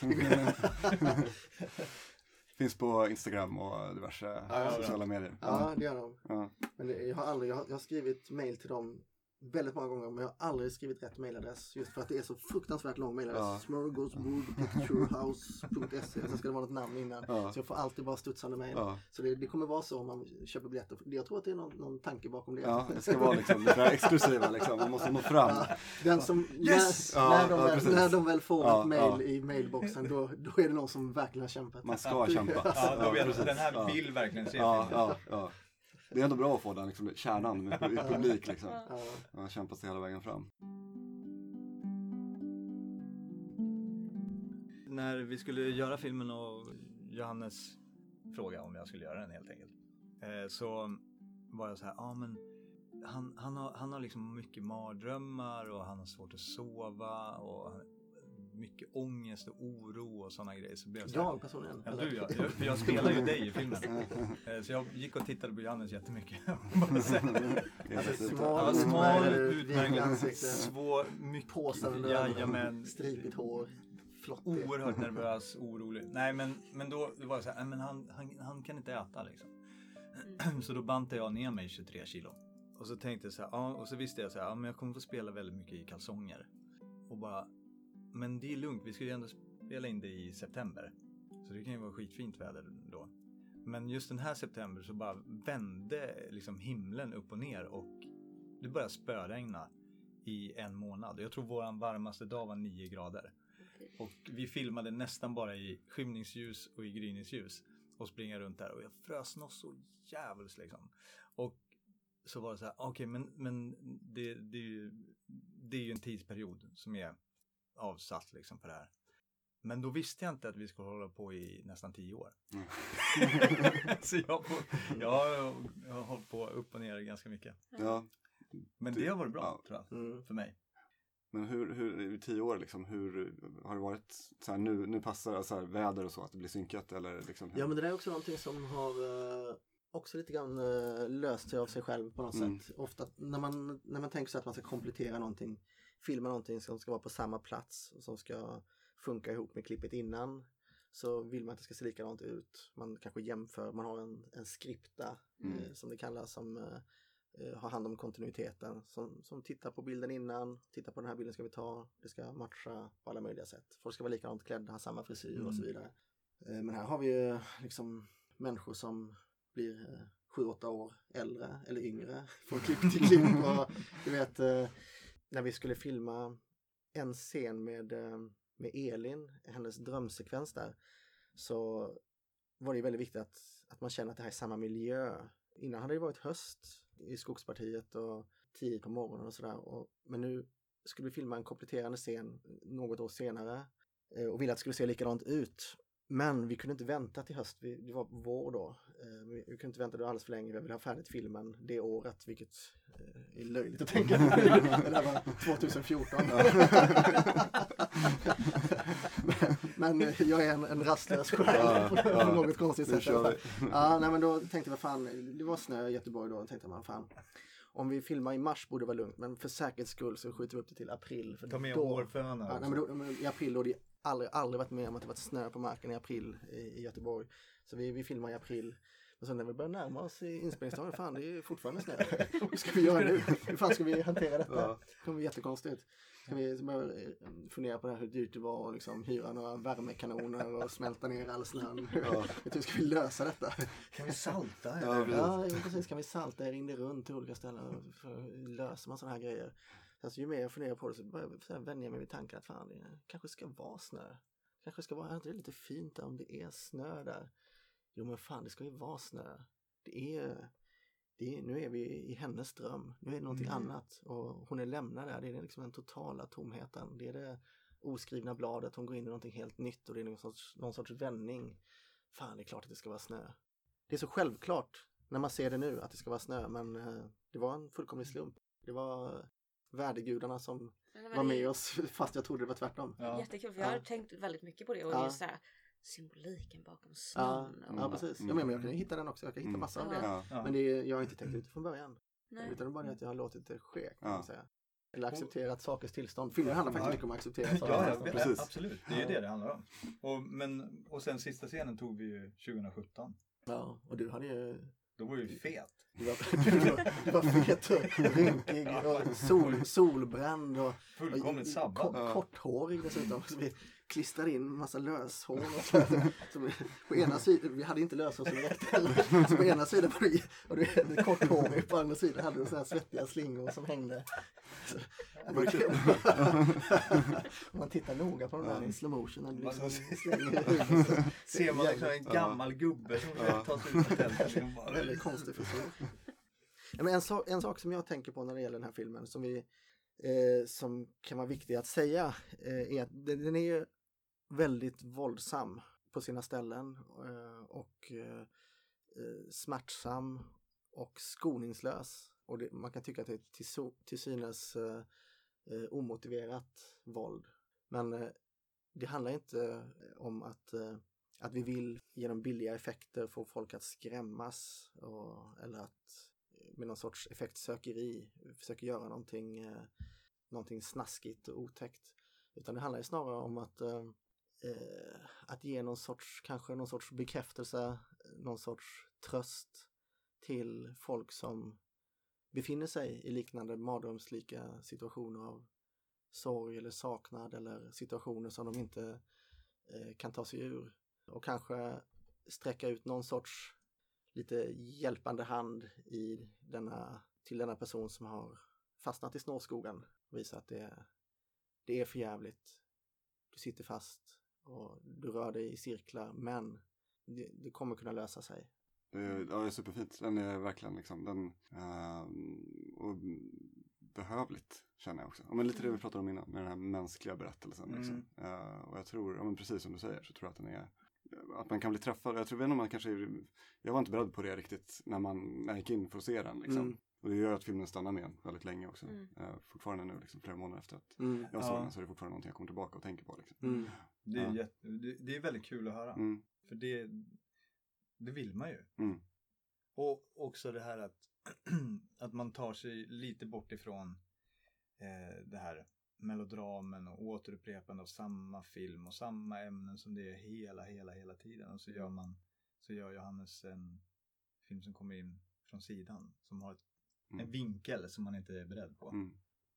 Finns på Instagram och diverse sociala medier. Ja, det gör de. Ja. Men jag har skrivit mejl till dem väldigt många gånger, men jag har aldrig skrivit rätt mejladress just för att det är så fruktansvärt lång mejladress. Smörgåsbordpicturehouse.se, sen ska det vara något namn innan. Så jag får alltid bara studsande mejl. Så det kommer vara så om man köper biljetter. Jag tror att det är någon tanke bakom det. Ja, det ska vara liksom lite exklusiva liksom. Man måste nå fram. Den som, när de väl får ett mejl i mailboxen, då är det någon som verkligen har kämpat. Man ska kämpa. Den här vill verkligen se. Det är ändå bra att få den liksom, kärnan med publik liksom. Man har kämpat sig hela vägen fram. när vi skulle göra filmen och Johannes frågade om jag skulle göra den helt enkelt. Så var jag så här, men han har liksom mycket mardrömmar och han har svårt att sova och mycket ångest och oro och sådana grejer. Så blev jag personligen? Jag spelar ju dig i filmen. Så jag gick och tittade på Johannes jättemycket. Smal, utmärkt, mycket påsar, stripigt hår, flottig. Oerhört nervös, orolig. Nej, men då var jag så här, men han kan inte äta liksom. Så då bantade jag ner mig 23 kilo. Och så tänkte jag så här, och så visste jag så här, men jag kommer få spela väldigt mycket i kalsonger. Och bara, men det är lugnt, vi ska ju ändå spela in det i september. Så det kan ju vara skitfint väder då. Men just den här september så bara vände liksom himlen upp och ner och det började spöregna i 1 månad. Jag tror våran varmaste dag var 9 grader. Och vi filmade nästan bara i skymningsljus och i gryningsljus och springa runt där och jag frös något så jävligt liksom. Och så var det så här, okej, men det är ju en tidsperiod som är avsatt liksom för det här. Men då visste jag inte att vi skulle hålla på i nästan 10 år. Så jag har hållit på upp och ner ganska mycket. Ja. Men det har varit bra, tror jag, för mig. Men hur i 10 år liksom, hur har det varit så här, nu passar det så här, väder och så att det blir synkat eller liksom? Ja, men det där är också någonting som har också lite grann löst sig av sig själv på något sätt. Ofta när man tänker sig att man ska komplettera någonting, filma någonting som ska vara på samma plats och som ska funka ihop med klippet innan, så vill man att det ska se likadant ut. Man kanske jämför, man har en skripta som det kallas, som har hand om kontinuiteten, som tittar på bilden innan, tittar på den här bilden ska vi ta, det ska matcha på alla möjliga sätt. Folk ska vara likadant klädda, ha samma frisyr och så vidare. Men här har vi ju liksom människor som blir 7-8 år äldre eller yngre från klipp till klipp. Och du vet, när vi skulle filma en scen med Elin, hennes drömsekvens där, så var det väldigt viktigt att man känner att det här är samma miljö. Innan hade det varit höst i skogspartiet och tidigt på morgonen och sådär. Men nu skulle vi filma en kompletterande scen något år senare och ville att det skulle se likadant ut. Men vi kunde inte vänta till höst, det var vår då. Vi kunde inte vänta alldeles för länge, vi ville ha färdigt filmen det året, vilket är löjligt att tänka. Det där var 2014. men jag är en rastlös själv på något konstigt sätt. Nej, men då tänkte jag, fan, det var snö i Göteborg då, och tänkte man, fan, om vi filmar i mars borde det vara lugnt, men för säkerhets skull så skjuter vi upp det till april. För ta med hårfönar. Men i april då, det aldrig varit med om att det varit snö på marken i april i Göteborg. Så vi filmar i april. Och sen när vi börjar närma oss i inspelningsdagen, fan, det är fortfarande snö. Vad ska vi göra nu? Hur fan ska vi hantera detta? Det kommer bli jättekonstigt. Ska vi börja fundera på det här, hur dyrt det var och liksom hyra några värmekanoner och smälta ner all snön. Hur ska vi lösa detta? Kan vi salta? Ja, precis. Kan vi salta? Jag ringde runt till olika ställen för löser man sådana här grejer. Alltså, ju mer jag funderar på det så börjar jag vänja mig vid tanken att fan, det kanske ska vara snö. Kanske ska vara, är inte det lite fint om det är snö där? Jo, men fan, det ska ju vara snö. Nu är vi i hennes dröm. Nu är det någonting annat. Och hon är lämnad där. Det är liksom den totala tomheten. Det är det oskrivna bladet. Hon går in i någonting helt nytt. Och det är någon sorts vändning. Fan, det är klart att det ska vara snö. Det är så självklart när man ser det nu att det ska vara snö. Men det var en fullkomlig slump. Det var värdegudarna som var med oss. Fast jag trodde det var tvärtom. Ja. Jättekul, för jag har tänkt väldigt mycket på det. Och just så här, symboliken bakom snön. Ja, precis. Men jag kan hitta den också. Jag kan hitta massa av det. Men jag har inte tänkt ut från början. Nej. Utan det är bara att jag har låtit det ske, kan man säga. Eller accepterat sakers tillstånd. Filmen handlar faktiskt mycket om att acceptera saker. Precis. Absolut. Det är det handlar om. Och sen sista scenen tog vi ju 2017. Ja, och du hade ju... Då var ju fet. Du var fet och rynkig och solbränd och fullkomligt sabbat. Korthårig dessutom. Så vi klistrade in en massa löshår. Så på ena sidan, vi hade inte löshår som räckte heller. Så på ena sidan var det korthårig, på andra sidan hade du sådana här svettiga slingor som hängde. Så, om man tittar noga på de där i slow motion. Liksom ser man liksom en gammal gubbe som tar sig ut på tältet. Väldigt konstigt frisyr. Ja, men en sak som jag tänker på när det gäller den här filmen som kan vara viktig att säga är att den är ju väldigt våldsam på sina ställen och smärtsam och skoningslös. Och man kan tycka att det är till synes omotiverat våld. Men det handlar inte om att vi vill genom billiga effekter få folk att skrämmas eller att med någon sorts effektsökeri försöka göra någonting snaskigt och otäckt. Utan det handlar snarare om att ge någon sorts bekräftelse, någon sorts tröst till folk som befinner sig i liknande mardrömslika situationer av sorg eller saknad eller situationer som de inte kan ta sig ur. Och kanske sträcka ut någon sorts lite hjälpande hand till denna person som har fastnat i snårskogen. Visa att det är för jävligt. Du sitter fast och du rör dig i cirklar, men det kommer kunna lösa sig. Det är superfint. Den är verkligen liksom och behövligt, känner jag också. Men lite det vi pratade om innan med den här mänskliga berättelsen. Liksom. Och jag tror, precis som du säger, så tror jag att den är att man kan bli träffad. Jag tror att man jag var inte beredd på det riktigt när jag gick in för att se den liksom. Och det gör att filmen stannar med en väldigt länge också. Fortfarande nu, liksom, flera månader efter att jag såg den, så är det fortfarande någonting jag kommer tillbaka och tänker på. Liksom. Det är väldigt kul att höra. För det vill man ju. Och också det här att man tar sig lite bort ifrån det här melodramen och återupprepande av samma film och samma ämnen som det är hela tiden. Och så gör Johannes en film som kommer in från sidan, som har en vinkel som man inte är beredd på.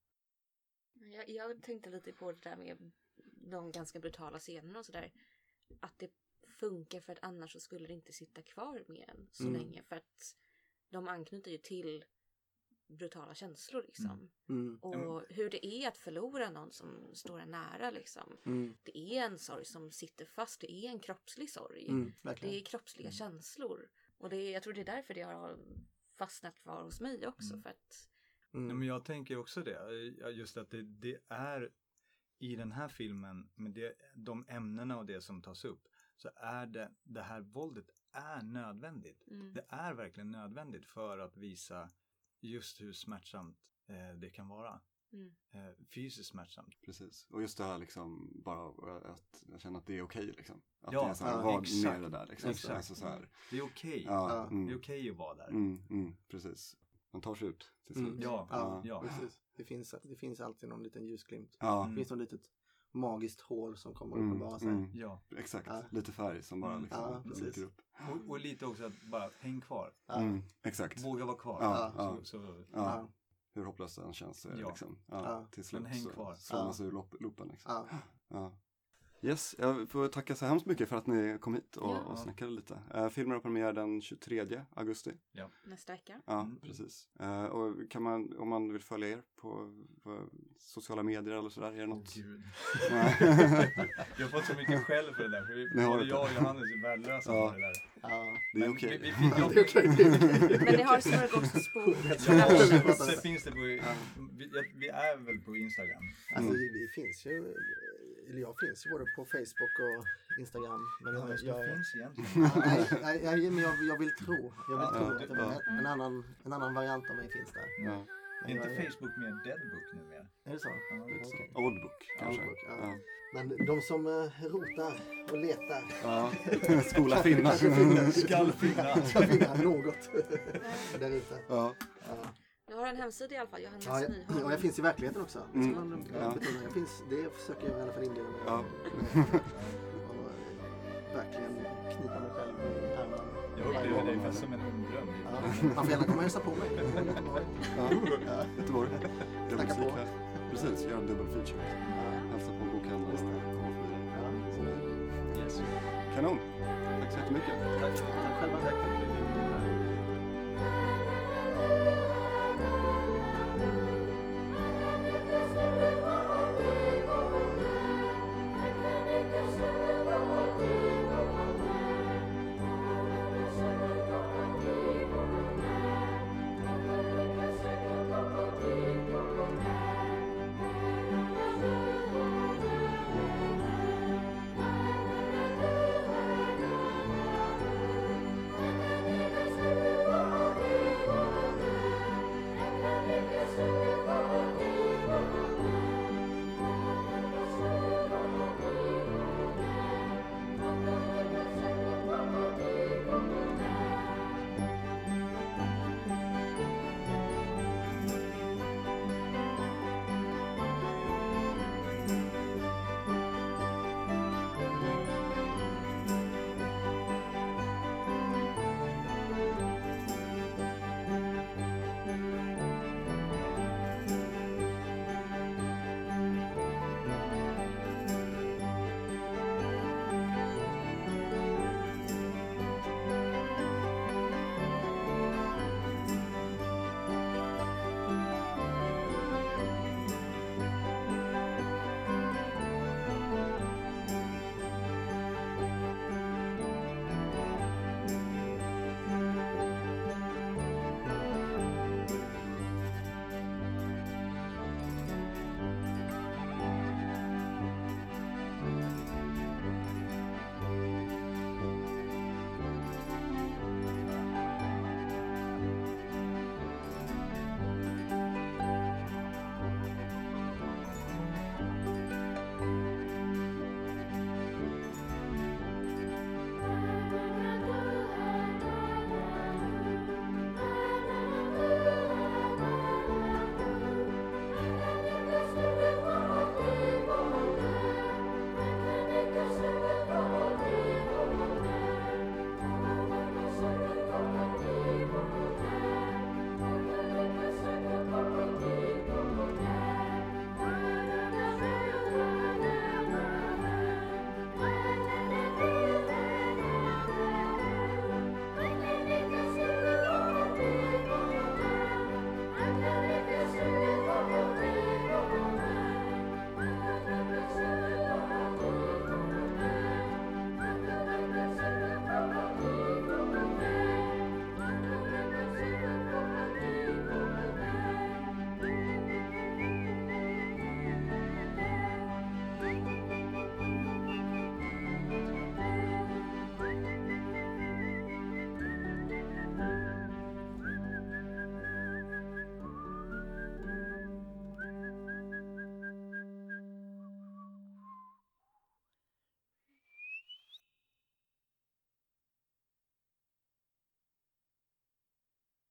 Jag tänkte lite på det där med de ganska brutala scenerna och sådär. Att det funkar, för att annars så skulle det inte sitta kvar med en så länge. För att de anknyter ju till brutala känslor liksom. Och hur det är att förlora någon som står en nära liksom. Det är en sorg som sitter fast. Det är en kroppslig sorg. Det är kroppsliga känslor. Och jag tror det är därför det har fastnat kvar hos mig också. För att... Ja, men jag tänker också det. Just att det är i den här filmen, med de ämnena och det som tas upp, så är det här våldet är nödvändigt. Det är verkligen nödvändigt för att visa just hur smärtsamt det kan vara. Fysiskt smärtsamt. Precis. Och just det här liksom, bara att jag känner att det är okej liksom. Att ja, det är så här, var nere där liksom. Exakt. Alltså, så här. Det är okej. Det är okej att vara där. Precis. Man tar sig ut till slut. Ja. Precis. Det finns alltid någon liten ljusglimt. Det finns något litet magiskt hål som kommer upp och bara sig. Ja, exakt. Lite färg som bara liksom lyser upp. Och lite också att bara häng kvar. Exakt. Våga vara kvar. Hur hopplöst den känns så är det liksom. Till slut men häng kvar. Så man sig ur loopen liksom. Yes, jag får tacka så hemskt mycket för att ni kom hit och snackade lite. Filmen har premiär den 23 augusti. Ja. Nästa vecka. Ja, precis. Och kan man, om man vill följa er på sociala medier eller sådär, är det något? Gud. Jag har fått så mycket skäll för det där. För både jag och Johannes är värdelösa på det där. Det är okej. Men det har smörgåsspår. Det finns det på... Vi är väl på Instagram. Alltså vi finns ju... Eller jag finns ju både på Facebook och Instagram. Men jag finns egentligen. Nej, men jag vill tro. Att en annan variant av mig finns där. Ja. Inte Facebook mer Deadbook nu mer. Är det så? Okay. Oldbook kanske. Oldbook, ja. Men de som rotar och letar. Skola finna. Skall finna något där ute. Jag har en hemsida i alla fall, Johannes Nyholm. Och jag finns i verkligheten också. Jag finns, det försöker jag i alla fall inleda mig. Och verkligen knipa mig själv i armen. Jag upplever dig fast som en ungdröm. Man får gärna komma och hälsa på mig. Göteborg. Snacka på. Precis, gör en dubbel feature. Hälsa på bokhandeln och komma förbi. Yes. Kanon. Tack så jättemycket. Tack själva.